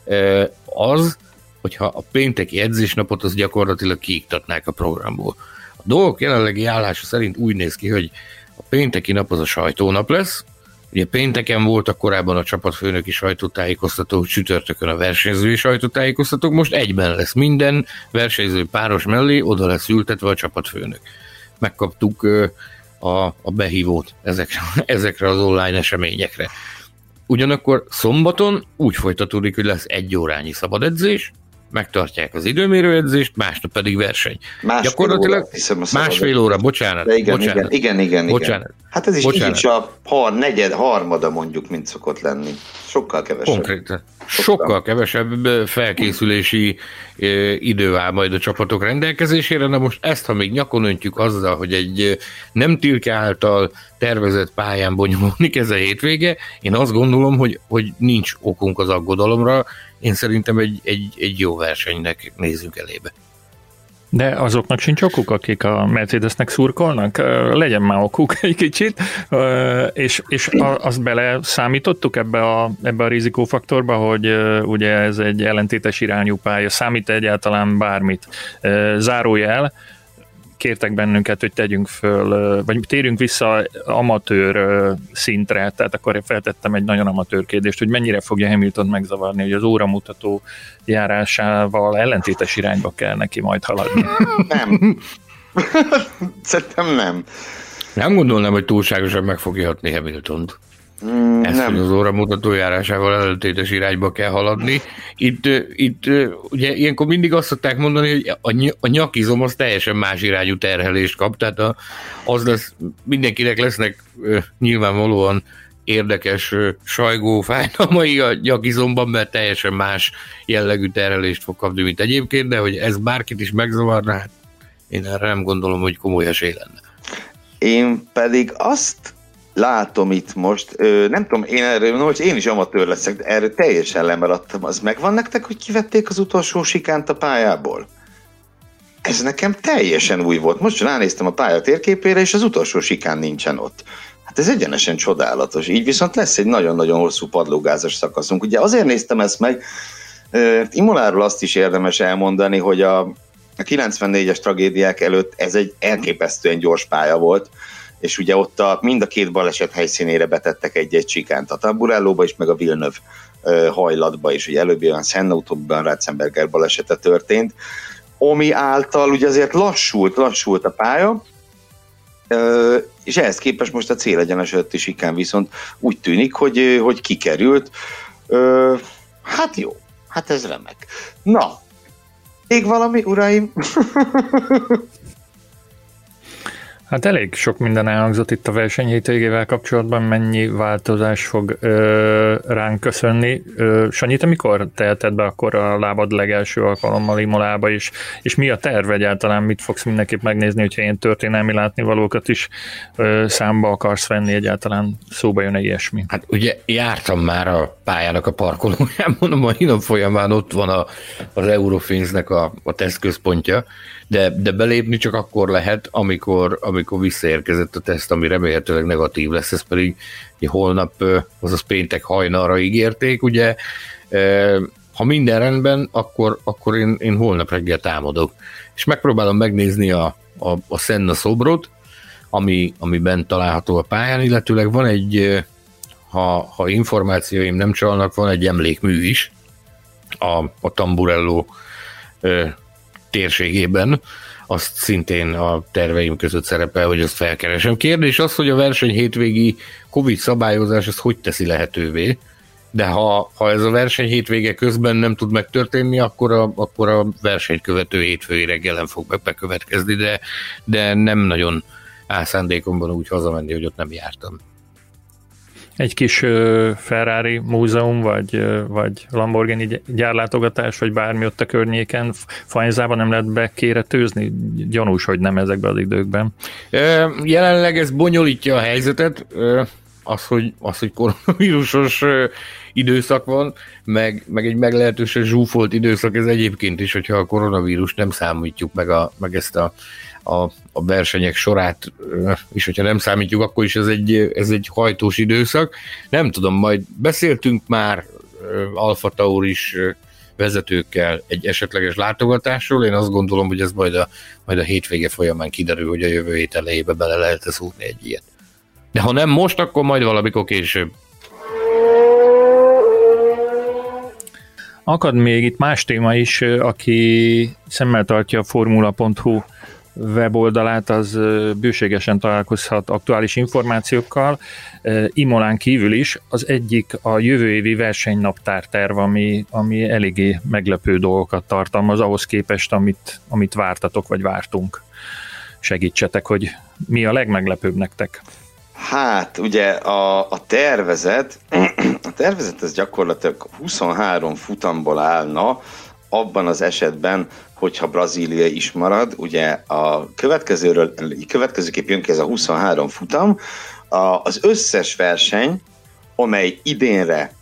az, hogyha a pénteki edzésnapot az gyakorlatilag kiiktatnák a programból. A dolgok jelenlegi állása szerint úgy néz ki, hogy a pénteki nap az a sajtónap lesz, ugye pénteken voltak korábban a csapatfőnöki sajtótájékoztatók, csütörtökön a versenyzői sajtótájékoztatók, most egyben lesz minden versenyző páros mellé, oda lesz ültetve a csapatfőnök. Megkaptuk a, a behívót ezekre, ezekre az online eseményekre. Ugyanakkor szombaton úgy folytatódik, hogy lesz egy órányi szabad edzés, megtartják az időmérőedzést, másnap pedig verseny. Másfél Gyakorlatilag óra, másfél óra, bocsánat. De igen, bocsánat, igen, igen, igen, bocsánat, igen. Hát ez is bocsánat. Így is a har, negyed, harmada mondjuk, mint szokott lenni. Sokkal kevesebb. Konkrétan. Sokkal, Sokkal kevesebb felkészülési idő áll majd a csapatok rendelkezésére, de most ezt, ha még nyakon öntjük azzal, hogy egy nem tilke által tervezett pályán bonyolulni ez a hétvége, én azt gondolom, hogy, hogy nincs okunk az aggodalomra, én szerintem egy, egy, egy jó versenynek nézzünk elébe. De azoknak sincs okuk, akik a Mercedesnek szurkolnak? Legyen már okuk egy kicsit, és, és azt bele számítottuk ebbe a, ebbe a rizikófaktorba, hogy ugye ez egy ellentétes irányú pálya, számít egyáltalán bármit. Zárójel, kértek bennünket, hogy tegyünk föl, vagy térjünk vissza amatőr szintre, tehát akkor feltettem egy nagyon amatőr kérdést, hogy mennyire fogja Hamilton megzavarni, hogy az óramutató járásával ellentétes irányba kell neki majd haladni. Nem. Szerintem nem. Nem gondolnám, hogy túlságosan meg fogja hatni Hamiltont. Mm, Ezt, nem. hogy az óramutató járásával ellentétes irányba kell haladni. Itt, itt ugye ilyenkor mindig azt szokták mondani, hogy a, ny- a nyakizom az teljesen más irányú terhelést kap, tehát a, az lesz, mindenkinek lesznek nyilvánvalóan érdekes sajgó fájdalmai a nyakizomban, mert teljesen más jellegű terhelést fog kapni, mint egyébként, de hogy ez bárkit is megzavarna, hát én erre nem gondolom, hogy komoly esély lenne. Én pedig azt látom itt most, nem tudom, én erről, hogy én is amatőr leszek, de erről teljesen lemaradtam. Az megvan nektek, hogy kivették az utolsó sikánt a pályából? Ez nekem teljesen új volt. Most ránéztem a pálya térképére, és az utolsó sikán nincsen ott. Hát ez egyenesen csodálatos. Így viszont lesz egy nagyon-nagyon hosszú padlógázas szakaszunk. Ugye azért néztem ezt meg, Imoláról azt is érdemes elmondani, hogy a, a kilencvennégyes tragédiák előtt ez egy elképesztően gyors pálya volt, és ugye ott a, mind a két baleset helyszínére betettek egy-egy csikánt, a Tamburellóba is, meg a Villeneuve uh, hajlatba is, ugye előbb olyan Sennautóban Ratzenberger balesete történt. ami által ugye azért lassult, lassult a pálya, és ehhez képest most a célegyenes előtti sikán viszont úgy tűnik, hogy, hogy kikerült. Hát jó, hát ez remek. Na, még valami, uraim? Hát elég sok minden elhangzott itt a verseny hétvégével kapcsolatban, mennyi változás fog ö, ránk köszönni. Ö, Sanyi, te mikor teheted be akkor a lábad legelső alkalommal Imolába is, és mi a terv egyáltalán, mit fogsz mindenképp megnézni, hogyha ilyen történelmi látnivalókat is ö, számba akarsz venni, egyáltalán szóba jön-e ilyesmi? Hát ugye jártam már a pályának a parkolóján, mondom, a hinom folyamán ott van a, az Eurofins-nek a, a tesztközpontja, de, de belépni csak akkor lehet, amikor, amikor visszaérkezett a teszt, ami remélhetőleg negatív lesz, ez pedig holnap, azaz péntek hajnalra ígérték, ugye, ha minden rendben, akkor, akkor én, én holnap reggel támadok, és megpróbálom megnézni a, a, a Senna szobrot, ami, ami bent található a pályán, illetőleg van egy, ha, ha információim nem csalnak, van egy emlékmű is a, a Tamburello térségében, azt szintén a terveim között szerepel, hogy azt felkeresem. Kérdés az, hogy a verseny hétvégi Covid szabályozás ezt hogy teszi lehetővé, de ha, ha ez a verseny hétvége közben nem tud megtörténni, akkor a, akkor a versenyt követő hétfői reggelen fog bekövetkezni, de, de nem nagyon áll szándékomban úgy hazamenni, hogy ott nem jártam. Egy kis Ferrari múzeum, vagy, vagy Lamborghini gyárlátogatás, vagy bármi ott a környéken, Faenzában nem lehet bekéretőzni? Gyanús, hogy nem ezekben az időkben. Jelenleg ez bonyolítja a helyzetet, az, hogy, az, hogy koronavírusos időszak van, meg, meg egy meglehetősen zsúfolt időszak, ez egyébként is, hogyha a koronavírus nem számítjuk meg, a, meg ezt a A, a versenyek sorát, és hogyha nem számítjuk, akkor is ez egy, ez egy hajtós időszak. Nem tudom, majd beszéltünk már Alfa Tauris vezetőkkel egy esetleges látogatásról, én azt gondolom, hogy ez majd a, majd a hétvége folyamán kiderül, hogy a jövő hét elejébe bele lehet szúrni egy ilyet. De ha nem most, akkor majd valamikor később. Akad még itt más téma is, aki szemmel tartja a formula pont hu weboldalát, az bőségesen találkozhat aktuális információkkal. Imolán kívül is az egyik a jövő évi versenynaptárterv, ami, ami eléggé meglepő dolgokat tartalmaz ahhoz képest, amit, amit vártatok, vagy vártunk. Segítsetek, hogy mi a legmeglepőbb nektek. Hát, ugye a, a tervezet, a tervezet ez gyakorlatilag huszonhárom futamból állna, abban az esetben, hogyha Brazília is marad, ugye a következőről, következőképp jön ki ez a huszonhárom futam, az összes verseny, amely idénre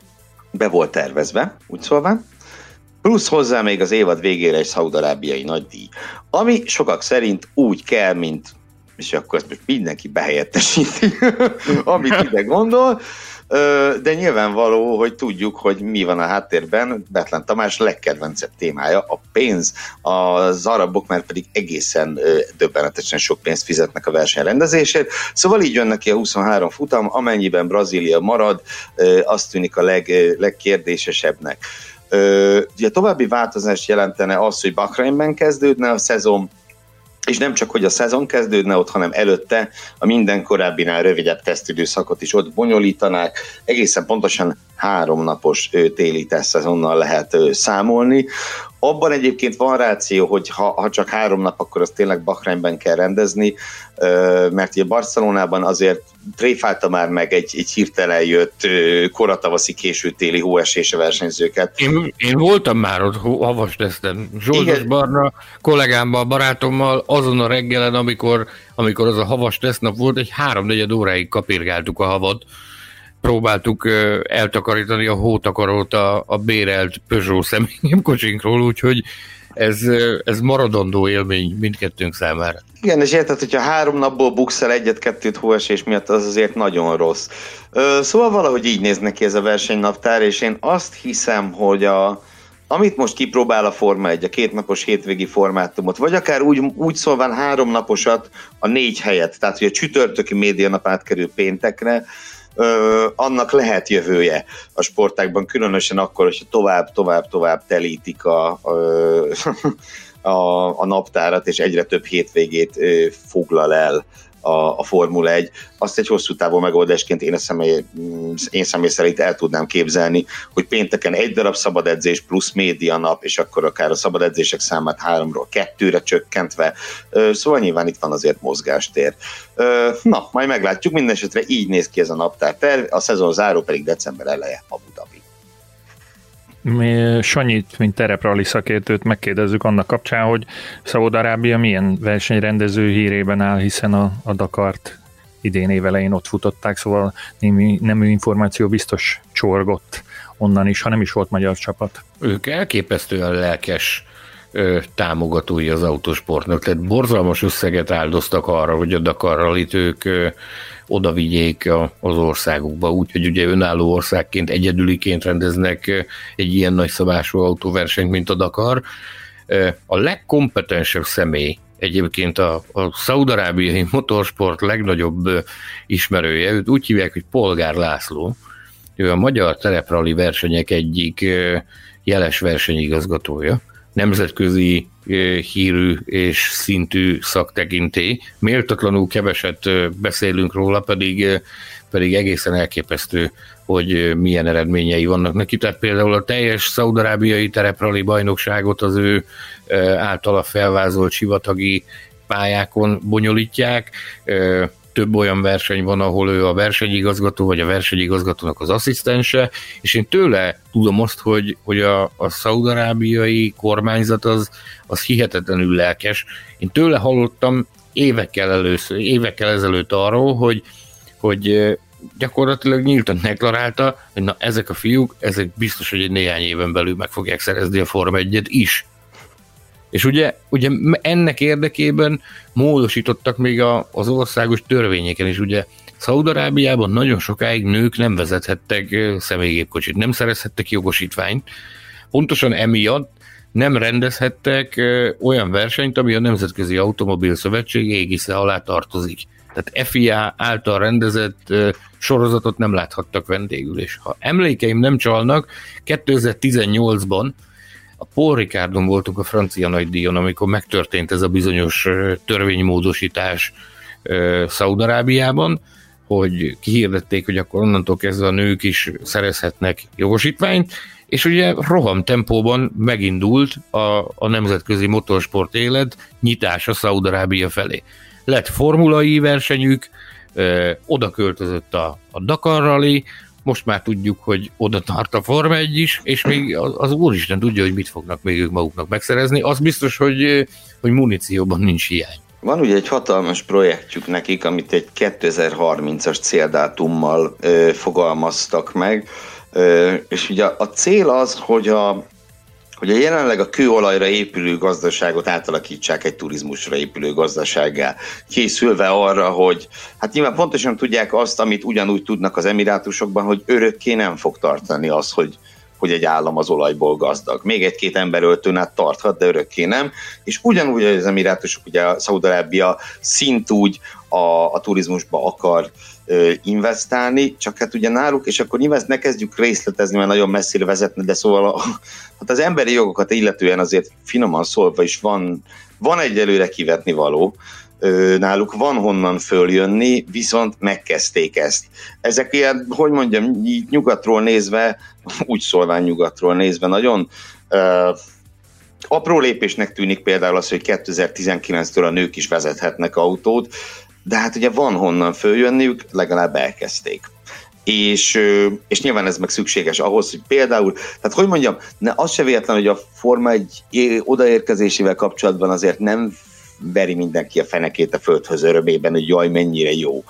be volt tervezve, úgy szólván, plusz hozzá még az évad végére egy szaudarábiai nagydíj, ami sokak szerint úgy kell, mint, és akkor ezt most mindenki behelyettesíti, amit ide gondol, de nyilvánvaló, hogy tudjuk, hogy mi van a háttérben. Bethlen Tamás legkedvencebb témája a pénz. Az arabok már pedig egészen döbbenetesen sok pénzt fizetnek a verseny rendezésért. Szóval így jönnek ki a huszonhárom futam, amennyiben Brazília marad, azt tűnik a leg, legkérdésesebbnek. Ugye további változást jelentene az, hogy Bahreinben kezdődne a szezon, és nem csak, hogy a szezon kezdődne ott, hanem előtte a minden korábbinál rövidebb tesztidőszakot is ott bonyolítanák. Egészen pontosan három napos téli tesztszezonnal lehet számolni. Abban egyébként van ráció, hogy ha, ha csak három nap, akkor azt tényleg Bahreinben kell rendezni, mert ugye Barcelonában azért tréfálta már meg egy, egy hirtelen jött koratavaszi késő téli hóesés a versenyzőket. Én, én voltam már ott havas teszten, Zsoldos Barna kollégámmal, barátommal azon a reggelen, amikor, amikor az a havas tesztnap volt, egy háromnegyed óráig kapirgáltuk a havat, próbáltuk eltakarítani a hótakarót a, a bérelt Peugeot személygépkocsinkról, úgyhogy ez, ez maradandó élmény mindkettőnk számára. Igen, és érted, hogyha három napból buksz el egyet-kettőt hóesés miatt, az azért nagyon rossz. Szóval valahogy így néz neki ez a versenynaptár, és én azt hiszem, hogy a, amit most kipróbál a Forma egy, a kétnapos hétvégi formátumot, vagy akár úgy, úgy szólván három naposat a négy helyet, tehát hogy a csütörtöki médianap átkerül péntekre, Ö, annak lehet jövője a sportákban, különösen akkor, hogyha tovább, tovább, tovább telítik a, a, a, a naptárat, és egyre több hétvégét ö, foglal el a, a Formula egy. Azt egy hosszú távú megoldásként én, a személy, én személy szerint el tudnám képzelni, hogy pénteken egy darab szabad edzés plusz média nap, és akkor akár a szabad edzések számát háromról kettőre csökkentve. Szóval nyilván itt van azért mozgástér. Na, majd meglátjuk, minden esetre így néz ki ez a naptárterv, a szezon záró pedig december eleje Abu Dhabi. Mi Sanyit, mint tereprali szakértőt megkérdezzük annak kapcsán, hogy Szaúd-Arábia milyen versenyrendező hírében áll, hiszen a, a Dakart idén évelején ott futották, szóval némi nemű információ biztos csorgott onnan is, ha nem is volt magyar csapat. Ők elképesztően lelkes ö, támogatói az autósportnak, tehát borzalmas összeget áldoztak arra, hogy a Dakarral itt ők ö, oda vigyék a, az országukba, úgyhogy ugye önálló országként, egyedüliként rendeznek egy ilyen nagy szabású autóversenyt, mint a Dakar. A legkompetensebb személy egyébként a, a szaúd-arábiai motorsport legnagyobb ismerője, őt úgy hívják, hogy Polgár László. Ő a magyar tereprali versenyek egyik jeles versenyigazgatója, nemzetközi hírű és szintű szaktekintély. Méltatlanul keveset beszélünk róla, pedig, pedig egészen elképesztő, hogy milyen eredményei vannak neki. Tehát például a teljes szaúd-arábiai tereprali bajnokságot az ő általa felvázolt sivatagi pályákon bonyolítják. Több olyan verseny van, ahol ő a versenyigazgató, vagy a versenyigazgatónak az asszisztense, és én tőle tudom azt, hogy, hogy a, a szaúd-arábiai kormányzat az, az hihetetlenül lelkes. Én tőle hallottam évekkel, először, évekkel ezelőtt arról, hogy, hogy gyakorlatilag nyíltan deklarálta, hogy na ezek a fiúk, ezek biztos, hogy egy néhány éven belül meg fogják szerezni a Forma egyet is. És ugye, ugye ennek érdekében módosítottak még a, az országos törvényeken is. Ugye Szaúd-Arábiában nagyon sokáig nők nem vezethettek személygépkocsit, nem szerezhettek jogosítványt. Pontosan emiatt nem rendezhettek olyan versenyt, ami a Nemzetközi Automobil Szövetség égisze alá tartozik. Tehát F I A által rendezett sorozatot nem láthattak vendégül. És ha emlékeim nem csalnak, kétezer-tizennyolcban a Paul Ricardon voltunk a francia nagydíjon, amikor megtörtént ez a bizonyos törvénymódosítás Szaúd-Arábiában, hogy kihirdették, hogy akkor onnantól kezdve a nők is szerezhetnek jogosítványt, és ugye roham tempóban megindult a, a nemzetközi motorsport élet nyitása Szaúd-Arábia felé. Lett formulai versenyük, ö, oda költözött a, a Dakar Rally, most már tudjuk, hogy oda tart a Forma egy is, és még az, az úristen tudja, hogy mit fognak még ők maguknak megszerezni. Az biztos, hogy, hogy munícióban nincs hiány. Van ugye egy hatalmas projektjük nekik, amit egy kétezer-harmincas céldátummal ö, fogalmaztak meg, ö, és ugye a cél az, hogy a hogy a jelenleg a kőolajra épülő gazdaságot átalakítsák egy turizmusra épülő gazdasággá, készülve arra, hogy hát nyilván pontosan tudják azt, amit ugyanúgy tudnak az Emirátusokban, hogy örökké nem fog tartani az, hogy, hogy egy állam az olajból gazdag. Még egy-két emberöltőn át tarthat, de örökké nem. És ugyanúgy az Emirátusok, ugye a Szaúd-Arábia szintúgy a, a turizmusba akar investálni, csak hát ugye náluk, és akkor nyilván ezt ne kezdjük részletezni, mert nagyon messzire vezetne, de szóval a, hát az emberi jogokat illetően azért finoman szólva is van, van egyelőre kivetni való, náluk van honnan följönni, viszont megkezdték ezt. Ezek ilyen, hogy mondjam, nyugatról nézve, úgy szólván nyugatról nézve, nagyon uh, apró lépésnek tűnik például az, hogy kétezer-tizenkilenctől a nők is vezethetnek autót, de hát ugye van honnan följönniük, legalább elkezdték. És, és nyilván ez meg szükséges ahhoz, hogy például, tehát hogy mondjam, ne, az se véletlen, hogy a Forma egy odaérkezésével kapcsolatban azért nem veri mindenki a fenekét a földhöz örömében, hogy jaj, mennyire jó.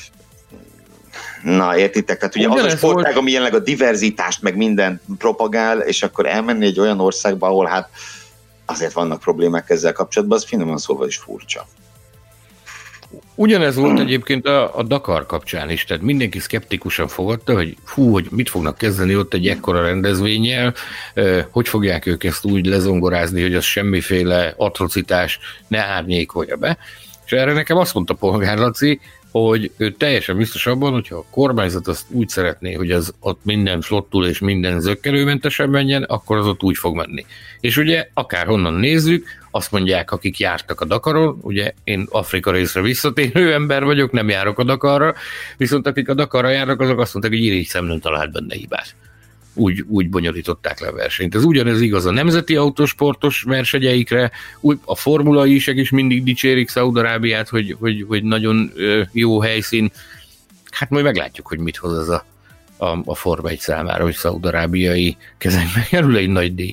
Na, értitek? Tehát ugye ugyan az a sportág, volt... ami jelenleg a diverzitást meg mindent propagál, és akkor elmenni egy olyan országba, ahol hát azért vannak problémák ezzel kapcsolatban, az finoman szólva is furcsa. Ugyanez volt egyébként a, a Dakar kapcsán is, tehát mindenki szkeptikusan fogadta, hogy fú, hogy mit fognak kezdeni ott egy ekkora rendezvénnyel, hogy fogják ők ezt úgy lezongorázni, hogy az semmiféle atrocitás ne árnyékolja be. És erre nekem azt mondta Polgár Laci, hogy ő teljesen biztos abban, hogyha a kormányzat azt úgy szeretné, hogy az ott minden flottul és minden zökkenőmentesen menjen, akkor az ott úgy fog menni. És ugye akárhonnan nézzük, azt mondják, akik jártak a Dakaron, ugye én Afrika részre visszatérő ember vagyok, nem járok a Dakarra, viszont akik a Dakarra járnak, azok azt mondták, hogy irigyszem nem talált benne hibát. Úgy, úgy bonyolították le a versenyt. Ez ugyanez igaz a nemzeti autósportos versenyeikre, úgy a formulaisek is mindig dicsérik Szaúd-Arábiát, hogy, hogy, hogy nagyon jó helyszín. Hát majd meglátjuk, hogy mit hoz ez a, a, a Forma egy számára, hogy szaúd-arábiai kezekbe kerül egy nagy díj.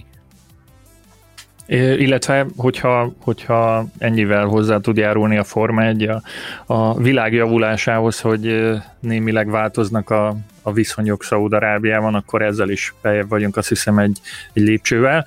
Illetve, hogyha, hogyha ennyivel hozzá tud járulni a Forma egy a, a világ javulásához, hogy némileg változnak a, a viszonyok Szaúd-Arábiában, akkor ezzel is beljebb vagyunk, azt hiszem, egy, egy lépcsővel.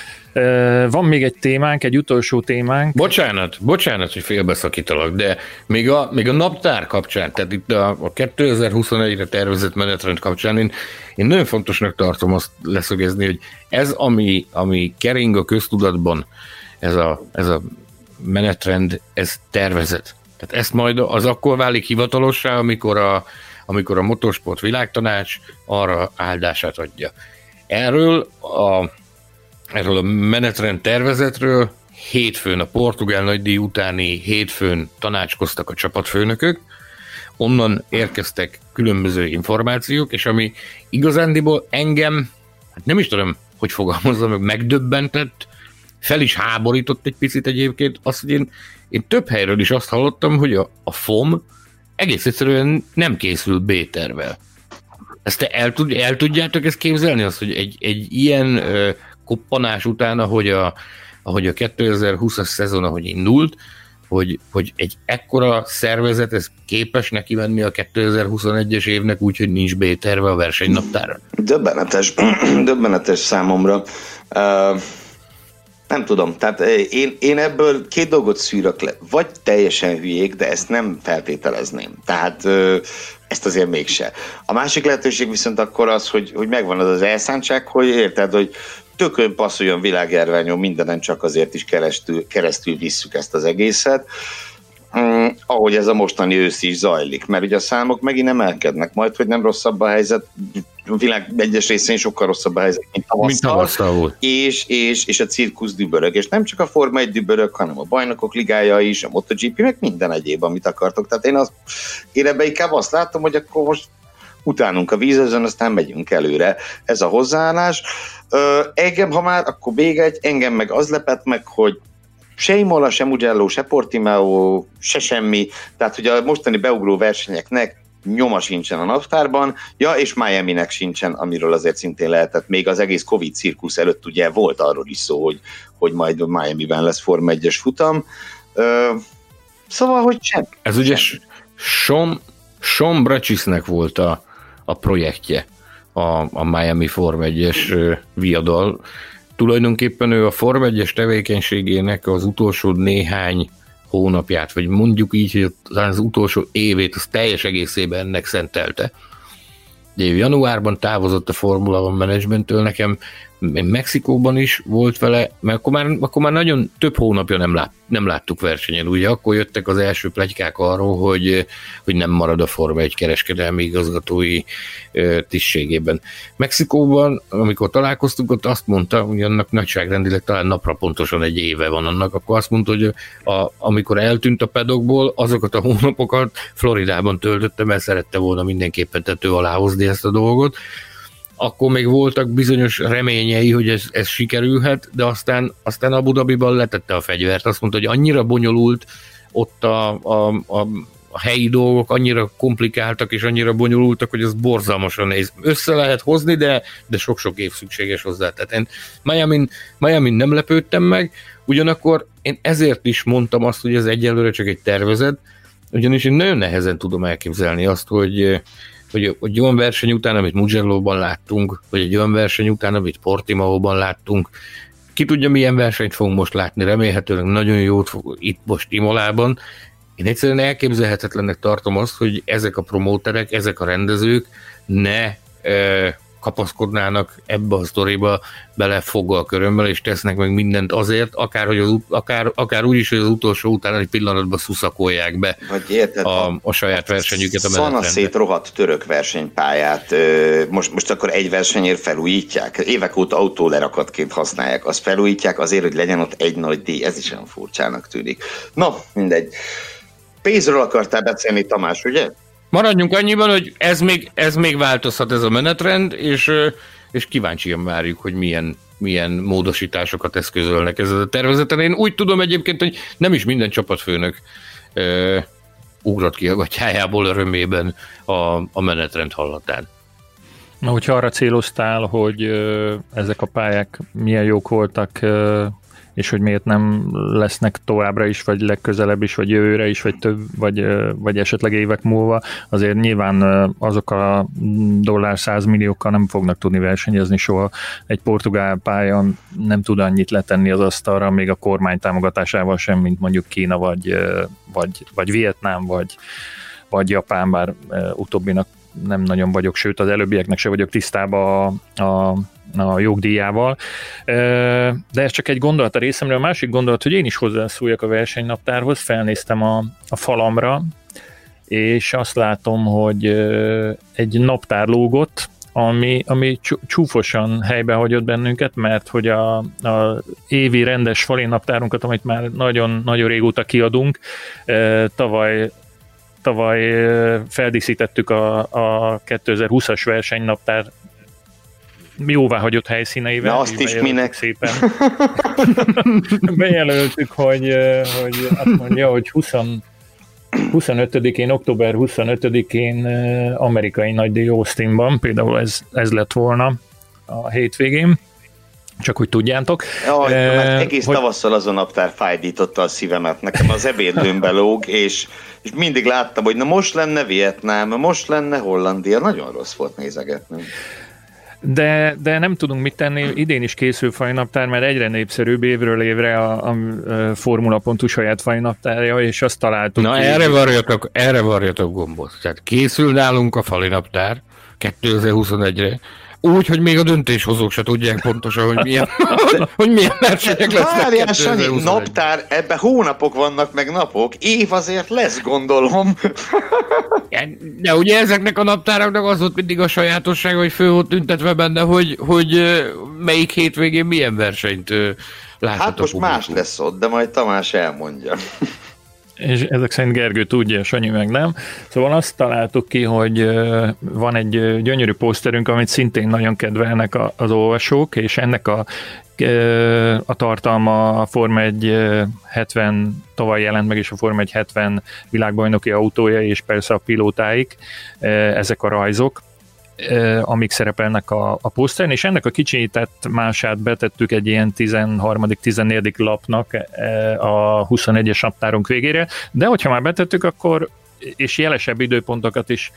Van még egy témánk, egy utolsó témánk. Bocsánat, bocsánat, hogy félbeszakítalak, de még a, még a naptár kapcsán, tehát itt a, a kétezer-huszonegyre tervezett menetrend kapcsán én, én nagyon fontosnak tartom azt leszögezni, hogy ez, ami, ami kering a köztudatban, ez a, ez a menetrend, ez tervezet. Tehát ezt majd az akkor válik hivatalossá, amikor a, amikor a Motorsport Világtanács arra áldását adja. Erről a Erről a menetrend tervezetről hétfőn, a portugál nagydíj utáni hétfőn tanácskoztak a csapatfőnökök, onnan érkeztek különböző információk, és ami igazándiból engem, hát nem is tudom, hogy fogalmazzam, meg megdöbbentett, fel is háborított egy picit egyébként, azt, hogy én, én több helyről is azt hallottam, hogy a, a ef o em egész egyszerűen nem készül B-tervvel. Ezt el, tud, el tudjátok ezt képzelni, azt, hogy egy, egy ilyen ö, koppanás után, ahogy a, ahogy a kétezer-húszas szezon, ahogy indult, hogy, hogy egy ekkora szervezet, ez képes neki menni a kétezer-huszonegyes évnek úgy, hogy nincs B-terve a versenynaptára? Döbbenetes, döbbenetes számomra. Uh, nem tudom, tehát én, én ebből két dolgot szűrök le. Vagy teljesen hülyék, de ezt nem feltételezném. Tehát uh, ezt azért mégse. A másik lehetőség viszont akkor az, hogy, hogy megvan az az elszántság, hogy érted, hogy tökön passzoljon világjárványon mindenen, csak azért is keresztül, keresztül visszük ezt az egészet, mm, ahogy ez a mostani ősz is zajlik, mert ugye a számok megint emelkednek majd, hogy nem rosszabb a helyzet, a világ egyes részén sokkal rosszabb a helyzet, mint tavasszal, mint tavasszal volt. És, és, és a cirkusz dübörög, és nem csak a Forma egy dübörög, hanem a bajnokok ligája is, a MotoGP, meg minden egyéb, amit akartok. Tehát én, azt, én ebben inkább azt látom, hogy akkor most utánunk a vízözön, aztán megyünk előre. Ez a hozzáállás. Ö, engem, ha már, akkor még egy, engem meg az lepett meg, hogy se Imola, se Mugello, se Portimao, se semmi, tehát hogy a mostani beugró versenyeknek nyoma sincsen a naptárban, ja, és Miaminek sincsen, amiről azért szintén lehetett, még az egész Covid cirkusz előtt ugye volt arról is szó, hogy, hogy majd Miamiben lesz Forma egyes futam. Ö, szóval, hogy sem. Ez ugye Sean, Sean Bracisnek volt a a projektje a, a Miami Forma egyes viadal. Tulajdonképpen ő a Forma egyes tevékenységének az utolsó néhány hónapját, vagy mondjuk így, hogy az utolsó évét az teljes egészében ennek szentelte. De januárban távozott a Formula One Managementtől, nekem Mexikóban is volt vele, mert akkor már, akkor már nagyon több hónapja nem, lát, nem láttuk versenyen, ugye akkor jöttek az első pletykák arról, hogy, hogy nem marad a Forma egy kereskedelmi igazgatói tisztségében. Mexikóban, amikor találkoztunk, ott azt mondta, hogy annak nagyságrendileg talán napra pontosan egy éve van annak, akkor azt mondta, hogy a, amikor eltűnt a pedokból, azokat a hónapokat Floridában töltötte, mert szerette volna mindenképpen tető alá hozni ezt a dolgot. Akkor még voltak bizonyos reményei, hogy ez, ez sikerülhet, de aztán, aztán Abu Dhabiban letette a fegyvert. Azt mondta, hogy annyira bonyolult ott a, a, a, a helyi dolgok, annyira komplikáltak és annyira bonyolultak, hogy ez borzalmasan nehéz. Össze lehet hozni, de, de sok-sok év szükséges hozzá. Tehát én Miamin, Miamin nem lepődtem meg, ugyanakkor én ezért is mondtam azt, hogy ez egyelőre csak egy tervezet, ugyanis én nagyon nehezen tudom elképzelni azt, hogy hogy egy olyan verseny után, amit Mugello-ban láttunk, vagy egy olyan verseny után, amit Portimao-ban láttunk, ki tudja, milyen versenyt fogunk most látni, remélhetőleg nagyon jót fog itt most Imolában. Én egyszerűen elképzelhetetlennek tartom azt, hogy ezek a promóterek, ezek a rendezők ne e, kapaszkodnának ebbe a sztoriba bele foggal körömmel, és tesznek meg mindent azért, akár, hogy az, akár, akár úgy is, hogy az utolsó után egy pillanatban szuszakolják be vagy érted, a, a saját versenyüket a menetrendbe. Szanaszét rohadt török versenypályát most, most akkor egy versenyért felújítják. Évek óta autólerakatként használják. Azt felújítják azért, hogy legyen ott egy nagy díj. Ez is olyan furcsának tűnik. Na, mindegy. Pénzről akartál beszélni, Tamás, ugye? Maradjunk annyiban, hogy ez még, ez még változhat ez a menetrend, és, és kíváncsian várjuk, hogy milyen, milyen módosításokat eszközölnek ezzel a tervezeten. Én úgy tudom egyébként, hogy nem is minden csapatfőnök uh, ugrott ki a gatyájából örömében a, a menetrend hallatán. Na, hogyha arra céloztál, hogy uh, ezek a pályák milyen jók voltak, uh, és hogy miért nem lesznek továbbra is, vagy legközelebb is, vagy jövőre is, vagy több, vagy, vagy esetleg évek múlva, azért nyilván azok a dollár százmilliókkal nem fognak tudni versenyezni soha. Egy portugál pályán nem tud annyit letenni az asztalra, még a kormány támogatásával sem, mint mondjuk Kína, vagy, vagy, vagy Vietnám, vagy, vagy Japán, bár utóbbinak nem nagyon vagyok, sőt az előbbieknek se vagyok tisztában a, a, a jogdíjával. De ez csak egy gondolat a részemről. A másik gondolat, hogy én is hozzászóljak a versenynaptárhoz, felnéztem a, a falamra, és azt látom, hogy egy naptár lógott, ami, ami csúfosan helybe hagyott bennünket, mert hogy a, a évi rendes fali naptárunkat, amit már nagyon, nagyon régóta kiadunk, tavaly Tavaly feldíszítettük a, a kétezer-húszas versenynaptár jóváhagyott helyszíneivel. Na azt is minek? Szépen. Bejelöltük, hogy, hogy azt mondja, hogy huszonötödikén, október huszonötödikén amerikai nagydíj Austinban, például ez, ez lett volna a hétvégén. Csak hogy tudjátok. Jaj, e, mert egész hogy... tavasszal az a naptár fájdította a szívemet. Nekem az ebédlőmbe lóg, és, és mindig láttam, hogy na most lenne Vietnám, most lenne Hollandia. Nagyon rossz volt nézegetni. De, de nem tudunk mit tenni, idén is készül fajnaptár, mert egyre népszerűbb évről évre a, a, a Formula Pontus saját fajnaptárja, és azt találtuk. Na erre varjatok, erre varjatok gombot. Tehát készül nálunk a fali naptár kétezer-huszonegyre, úgy, hogy még a döntéshozók se tudják pontosan, hogy milyen, hogy, hogy milyen versenyek lesznek. Várjál, Sanyi, naptár, ebbe hónapok vannak, meg napok, év azért lesz, gondolom. De ugye ezeknek a naptáraknak az volt mindig a sajátossága, hogy fő volt tüntetve benne, hogy, hogy melyik hétvégén milyen versenyt láthat hát a most publikum. más lesz ott, de majd Tamás elmondja. És ezek szerint Gergő tudja, Sanyi meg nem. Szóval azt találtuk ki, hogy van egy gyönyörű poszterünk, amit szintén nagyon kedvelnek az olvasók, és ennek a, a tartalma a Forma egy hetven, tavaly jelent meg, és a Forma egy hetven világbajnoki autója, és persze a pilótáik, ezek a rajzok, amik szerepelnek a, a poszteren, és ennek a kicsinyített mását betettük egy ilyen tizenharmadik-tizennegyedik lapnak a huszonegyes naptárunk végére, de hogyha már betettük, akkor és jelesebb időpontokat is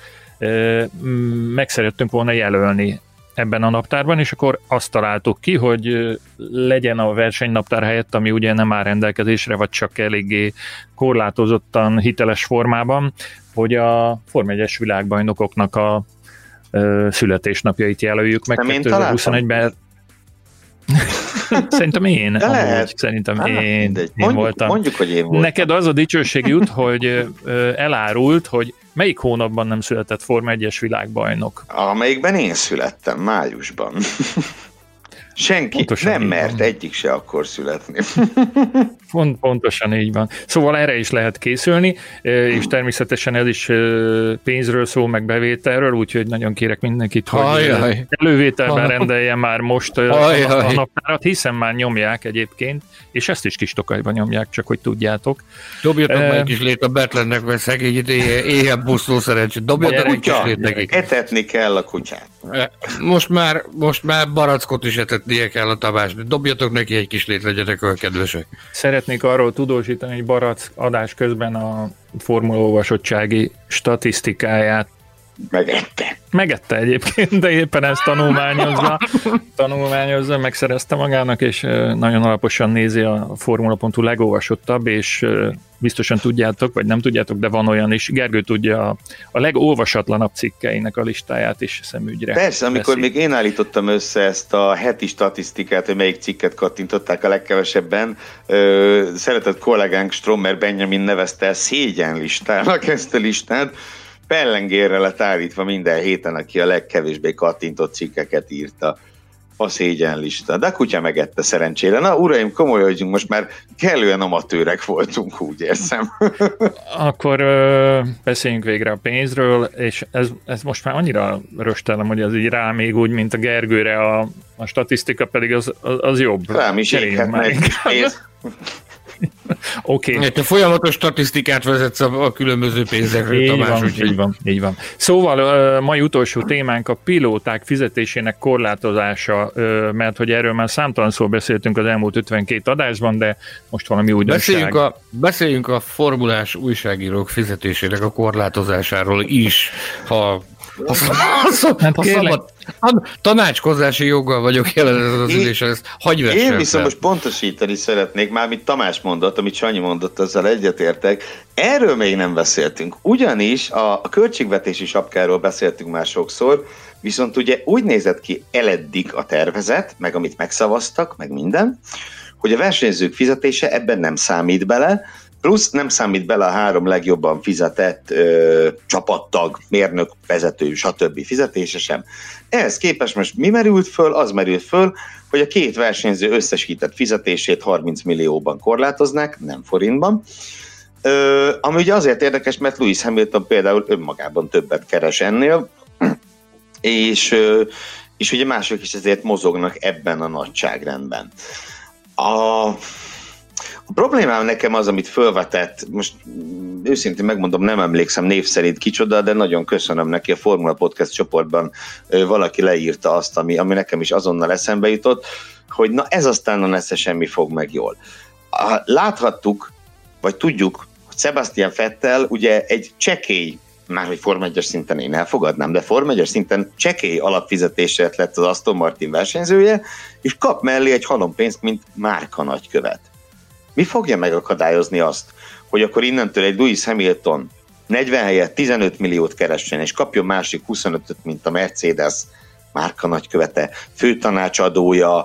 meg szerettünk volna jelölni ebben a naptárban, és akkor azt találtuk ki, hogy legyen a versenynaptár helyett, ami ugye nem áll rendelkezésre, vagy csak eléggé korlátozottan hiteles formában, hogy a Forma egyes világbajnokoknak a születésnapjait jelöljük meg kétezer-huszonegyben. Szerintem én. Amúgy, szerintem hát, én, én mondjuk, voltam. Mondjuk, hogy én voltam. Neked az a dicsőség jut, hogy elárult, hogy melyik hónapban nem született Forma egyes világbajnok. Amelyikben én születtem, májusban. Senki pontosan nem mert van. Egyik se akkor születni. Pont, pontosan így van. Szóval erre is lehet készülni, és természetesen ez is pénzről szól, meg bevételről, úgyhogy nagyon kérek mindenkit, hogy Ajaj. elővételben rendelje már most Ajaj. a naptárat, hiszen már nyomják egyébként, és ezt is kis Tokajban nyomják, csak hogy tudjátok. Dobjatok uh, meg kis lét a Betlennek, mert szegény éhen pusztó szerencsét. Dobjatok egy kis lét nekik. Etetni kell a kutyát. Most már, most már barackot is etetnie kell a Tamásnak. Dobjatok neki egy kis lét, legyenek olyan kedvesek. Szeretnék arról tudósítani, hogy Barack adás közben a formula olvasottsági statisztikáját megette. Megette egyébként, de éppen ezt tanulmányozza, tanulmányozza, megszerezte magának, és nagyon alaposan nézi a Formula pont hu legolvasottabb, és biztosan tudjátok, vagy nem tudjátok, de van olyan is. Gergő tudja a, a legolvasatlanabb cikkeinek a listáját is szemügyre. Persze, amikor veszi. még én állítottam össze ezt a heti statisztikát, hogy melyik cikket kattintották a legkevesebben, ö, szeretett kollégánk Strommer Benjamin nevezte el szégyenlistának ezt a listát, pellengérre lett állítva minden héten, aki a legkevésbé kattintott cikkeket írta. A szégyenlista. De a kutya megette szerencsére. Na, uraim, komolyodjunk, most már kellően amatőrek voltunk, úgy érzem. Akkor ö, beszéljünk végre a pénzről, és ez, ez most már annyira röstelem, hogy ez így rá még úgy, mint a Gergőre a, a statisztika, pedig az, az, az jobb. Rám is éghetne egy kis pénz. Oké. Okay. Te folyamatos statisztikát vezetsz a, a különböző pénzekről, Tamás. Van, úgyhogy... így van, így van. Szóval uh, mai utolsó témánk a pilóták fizetésének korlátozása, uh, mert hogy erről már számtalan szól beszéltünk az elmúlt ötvenkét adásban, de most valami újdonság. Beszéljünk a, beszéljünk a formulás újságírók fizetésének a korlátozásáról is, ha Ha, ha, hát ha szabad, tanácskozási joggal vagyok jelen ez az ülésen, ezt hagyj vessem Én viszont fel. most pontosítani szeretnék, már amit Tamás mondott, amit Sanyi mondott, azzal egyetértek. Erről még nem beszéltünk, ugyanis a, a költségvetési sapkáról beszéltünk már sokszor, viszont ugye úgy nézett ki eleddig a tervezet, meg amit megszavaztak, meg minden, hogy a versenyzők fizetése ebben nem számít bele, plusz nem számít bele a három legjobban fizetett ö, csapattag, mérnök, vezető, stb. Fizetése sem. Ehhez képest most mi merült föl? Az merült föl, hogy a két versenyző összesített fizetését harminc millióban korlátoznák, nem forintban. Ö, ami ugye azért érdekes, mert Lewis Hamilton például önmagában többet keres ennél, és, ö, és ugye mások is ezért mozognak ebben a nagyságrendben. A... A problémám nekem az, amit fölvetett, most őszintén megmondom, nem emlékszem név szerint kicsoda, de nagyon köszönöm neki, a Formula Podcast csoportban valaki leírta azt, ami, ami nekem is azonnal eszembe jutott, hogy na ez aztán a nesze semmi fog meg jól. Láthattuk, vagy tudjuk, hogy Sebastian Vettel ugye egy csekély, már hogy Forma egyes szinten én elfogadnám, de Forma egyes szinten csekély alapfizetésért lett az Aston Martin versenyzője, és kap mellé egy halompénzt, mint márka nagykövet. Mi fogja megakadályozni azt, hogy akkor innentől egy Lewis Hamilton negyven helyett tizenöt milliót keressen, és kapjon másik huszonötöt, mint a Mercedes márka nagykövete, főtanácsadója,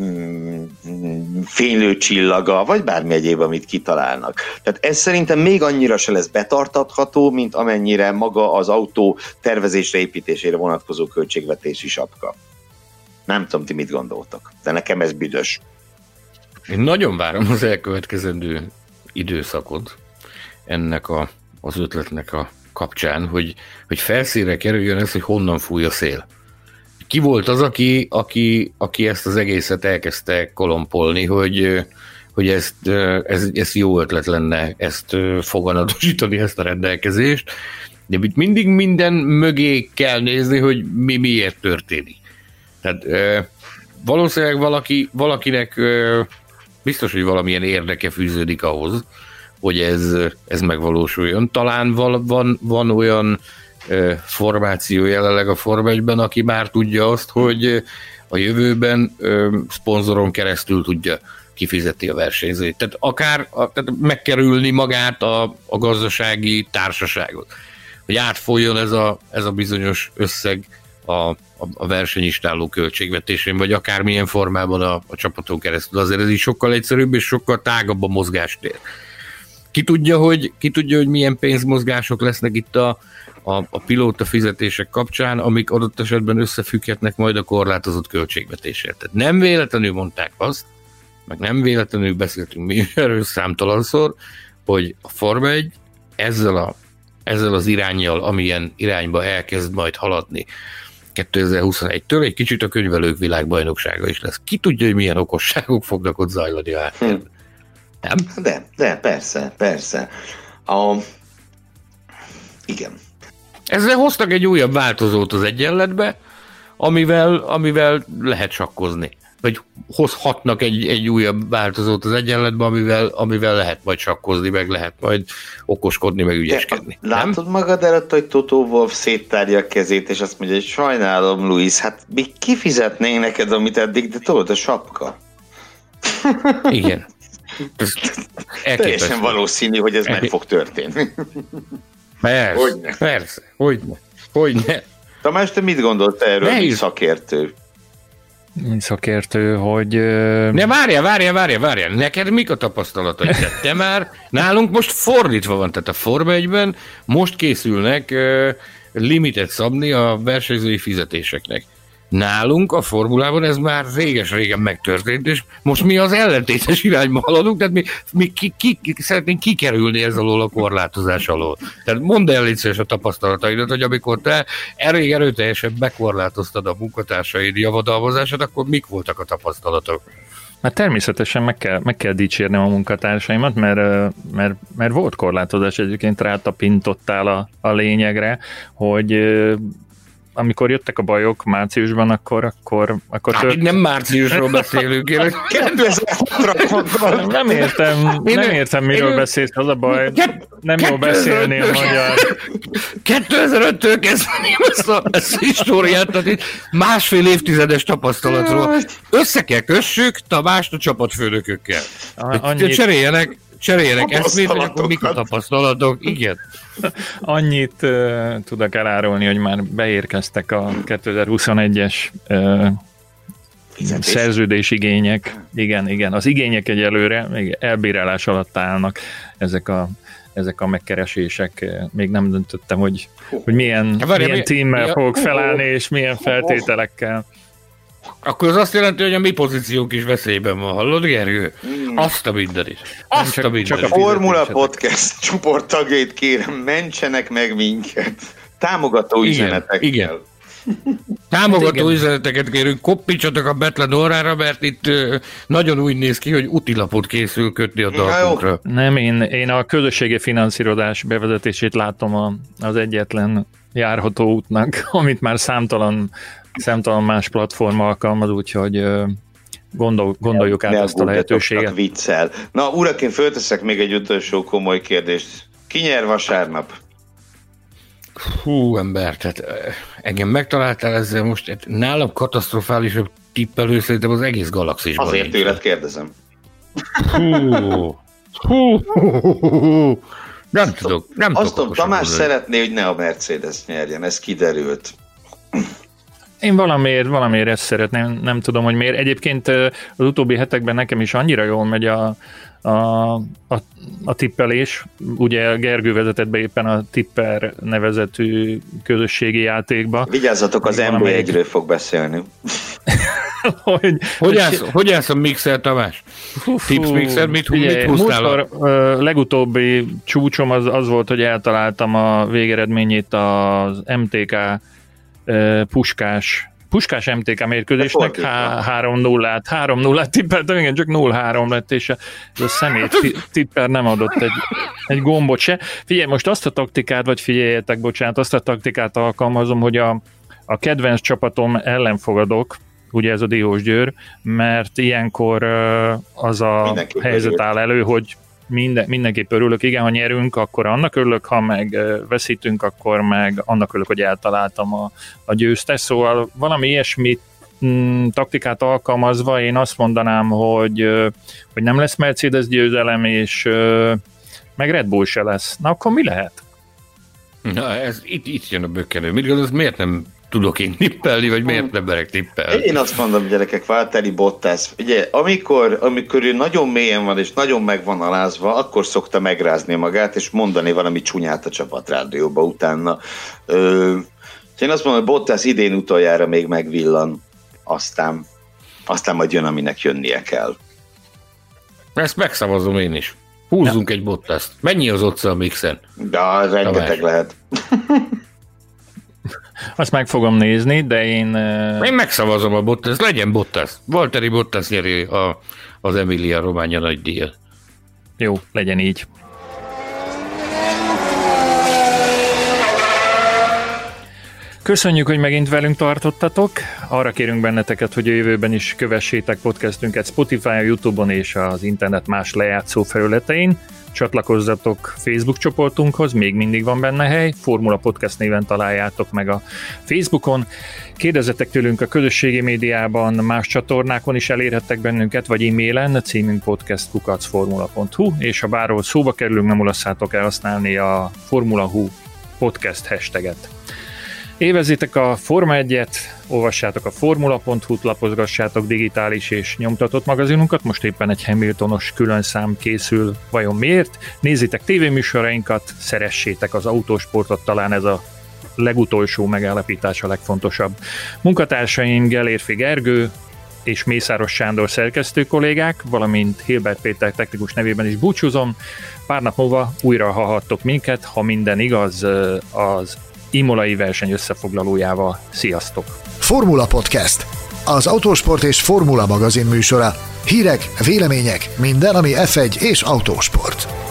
fénylőcsillaga, vagy bármi egyéb, amit kitalálnak. Tehát ez szerintem még annyira se lesz betartatható, mint amennyire maga az autó tervezésre, építésére vonatkozó költségvetési sapka. Nem tudom, ti mit gondoltak, de nekem ez büdös. Én nagyon várom az elkövetkezendő időszakot ennek a, az ötletnek a kapcsán, hogy, hogy felszínre kerüljön ez, hogy honnan fúj a szél. Ki volt az, aki, aki, aki ezt az egészet elkezdte kolompolni, hogy, hogy ezt, ez, ez jó ötlet lenne ezt foganatosítani, ezt a rendelkezést, de itt mindig minden mögé kell nézni, hogy mi miért történik. Tehát valószínűleg valaki, valakinek biztos, hogy valamilyen érdeke fűződik ahhoz, hogy ez, ez megvalósuljon. Talán val, van, van olyan ö, formáció jelenleg a Forma egyben, aki már tudja azt, hogy a jövőben ö, szponzoron keresztül tudja kifizetni a versenyzőt. Tehát akár a, tehát megkerülni magát a, a gazdasági társaságot. Hogy átfoljon ez a, ez a bizonyos összeg a, a, a versenyistáló költségvetésén, vagy akármilyen formában a, a csapaton keresztül. Azért ez is sokkal egyszerűbb, és sokkal tágabb a mozgástér. Ki tudja, hogy, ki tudja, hogy milyen pénzmozgások lesznek itt a, a, a pilóta fizetések kapcsán, amik adott esetben összefügghetnek majd a korlátozott költségvetésért. Tehát nem véletlenül mondták azt, meg nem véletlenül beszéltünk mi erről számtalanszor, hogy a Forma egy ezzel, a, ezzel az iránnyal, amilyen irányba elkezd majd haladni kétezer-huszonegytől, egy kicsit a könyvelők világbajnoksága is lesz. Ki tudja, hogy milyen okosságok fognak ott zajlani a háttérben. Hm. Nem? De, de, persze, persze. A... Igen. Ezzel hoztak egy újabb változót az egyenletbe, amivel, amivel lehet sakkozni. vagy hozhatnak egy, egy újabb változót az egyenletben, amivel, amivel lehet majd sakkozni, meg lehet majd okoskodni, meg ügyeskedni. De, látod magad előtt, hogy Toto Wolff széttárja a kezét, és azt mondja, hogy sajnálom, Louis, hát még kifizetnénk neked, amit eddig, de tudod, a sapka. Igen. Teljesen valószínű, hogy ez meg fog történni. Persze, hogyne. persze, hogyne, hogyne. Tamás, te mit gondolt erről, mint szakértő? Mint szakértő, hogy... Ne, várjál, várjál, várjál, várjál. Neked mik a tapasztalataid? Te már nálunk most fordítva van, tehát a Forma egyben most készülnek uh, limitet szabni a versenyzői fizetéseknek. Nálunk a formulában ez már réges-régen megtörtént, és most mi az ellentétes irányba haladunk, tehát mi, mi ki, ki, ki, szeretnénk kikerülni ez alól a korlátozás alól. Tehát mondd el légy a tapasztalataidat, hogy amikor te elég erőteljesen bekorlátoztad a munkatársaid javadalmazását, akkor mik voltak a tapasztalatok? Hát természetesen meg kell, meg kell dicsérnem a munkatársaimat, mert, mert, mert volt korlátozás, egyébként rátapintottál a, a lényegre, hogy amikor jöttek a bajok márciusban, akkor... akkor, akkor hát tört... nem márciusról beszélünk. kétezer-hatra Nem értem, nem értem, miről beszélsz, az a baj. Nem jó beszélni a magyar. kétezer-öttől kezdeném ezt a, ezt a históriát, tehát itt másfél évtizedes tapasztalatról. Össze kell kössük Tamást a csapatfőnökökkel. Annyit... Cseréljenek, cseréljenek eszmét, hogy akkor mik a tapasztalatok. Igen. Annyit uh, tudok elárulni, hogy már beérkeztek a kétezer-huszonegyes uh, szerződésigények. Igen, igen. Az igények egyelőre még elbírálás alatt állnak ezek a, ezek a megkeresések. Még nem döntöttem, hogy, hogy milyen, Várja, milyen mi, tímmel mi, fogok felállni, és milyen feltételekkel. Akkor az azt jelenti, hogy a mi pozíciónk is veszélyben van, hallod, Gergő? Mm. Azt a minden is. Azt csak, a minden csak a Formula Podcast csoport tagjait kérem, mentsenek meg minket. Támogató igen, üzenetekkel. Igen. Támogató hát üzeneteket kérünk, koppítsatok a Betlen órára, mert itt uh, nagyon úgy néz ki, hogy útilapot készül kötni a dalpunkra. Nem, én, én a közösségi finanszírozás bevezetését látom a, az egyetlen járható útnak, amit már számtalan számtalan más platform alkalmaz, úgyhogy gondol, gondoljuk át ezt a lehetőséget. Viccel. Na, uraként fölteszek még egy utolsó komoly kérdést. Ki nyer vasárnap? Hú, ember, tehát engem megtaláltál ezzel most, nálam katasztrofálisabb tippelő szerintem az egész galaxisban. Azért tőled kérdezem. Hú, hú, hú, hú, hú. Nem tudok, nem Azt tudok. Azt Tamás szeretné, hogy ne a Mercedes nyerjen, ez kiderült. Én valamiért, valamiért ezt szeretném, nem tudom, hogy miért. Egyébként az utóbbi hetekben nekem is annyira jól megy a, a, a, a tippelés. Ugye Gergő vezetett be éppen a Tipper nevezetű közösségi játékba. Vigyázzatok, az em bé egyről fog beszélni. hogy, hogy, állsz, hogy állsz a Mixer, Tamás? Tips Mixer, mit, mit húztál? Múltkor uh, legutóbbi csúcsom az, az volt, hogy eltaláltam a végeredményét az em té ká puskás, puskás em té ká mérkőzésnek három nullát, három nullát tippeltem, igen, csak nulla három lett, és ez a szemét tipper nem adott egy, egy gombot se. Figyelj, most azt a taktikát, vagy figyeljetek, bocsánat, azt a taktikát alkalmazom, hogy a, a kedvenc csapatom ellen fogadok, ugye ez a Diós Győr, mert ilyenkor az a Mindenki helyzet örül. áll elő, hogy Minden, mindenképp örülök, igen, ha nyerünk, akkor annak örülök, ha meg veszítünk, akkor meg annak örülök, hogy eltaláltam a, a győztes. Szóval valami ilyesmi m, taktikát alkalmazva én azt mondanám, hogy, hogy nem lesz Mercedes győzelem, és meg Red Bull se lesz. Na akkor mi lehet? Na, ez itt, itt jön a bökkenő. Mit gondolsz, miért nem tudok én tippelni, vagy miért nem merek tippelni? Én azt mondom, gyerekek, Valtteri Bottas, ugye, amikor, amikor ő nagyon mélyen van, és nagyon meg van alázva, akkor szokta megrázni magát, és mondani valami csúnyát a csapatrádióba utána. Ö, én azt mondom, hogy Bottas idén utoljára még megvillan, aztán, aztán majd jön, aminek jönnie kell. Ezt megszavazom én is. Húzzunk ja. egy Bottast. Mennyi az otca a Mixen? De rengeteg lehet. Azt meg fogom nézni, de én... Én megszavazom a Bottas, legyen Bottas. Valtteri Bottas nyeri a, az Emilia Romagna nagy díjat. Jó, legyen így. Köszönjük, hogy megint velünk tartottatok. Arra kérünk benneteket, hogy a jövőben is kövessétek podcastünket Spotify, YouTube-on és az internet más lejátszó felületein. Csatlakozzatok Facebook csoportunkhoz, még mindig van benne hely, Formula Podcast néven találjátok meg a Facebookon. Kérdezzetek tőlünk a közösségi médiában, más csatornákon is elérhettek bennünket, vagy e-mailen, címünk podcast kukac formula pont hu, és ha bárhol szóba kerülünk, nem olasszátok el használni a Formula Hu podcast hashtaget. Évezzétek a Forma egyet, olvassátok a formula pont hu-t, lapozgassátok digitális és nyomtatott magazinunkat, most éppen egy Hamiltonos külön szám készül, vajon miért? Nézzétek tévéműsorainkat, szeressétek az autósportot, talán ez a legutolsó megállapítás a legfontosabb. Munkatársaim Gellérfi Gergő és Mészáros Sándor szerkesztő kollégák, valamint Hilbert Péter technikus nevében is búcsúzom. Pár nap múlva újra hallhattok minket, ha minden igaz, az imolai verseny összefoglalójával. Sziasztok! Formula Podcast, az autósport és formula magazin műsora. Hírek, vélemények, minden, ami ef egy és autósport.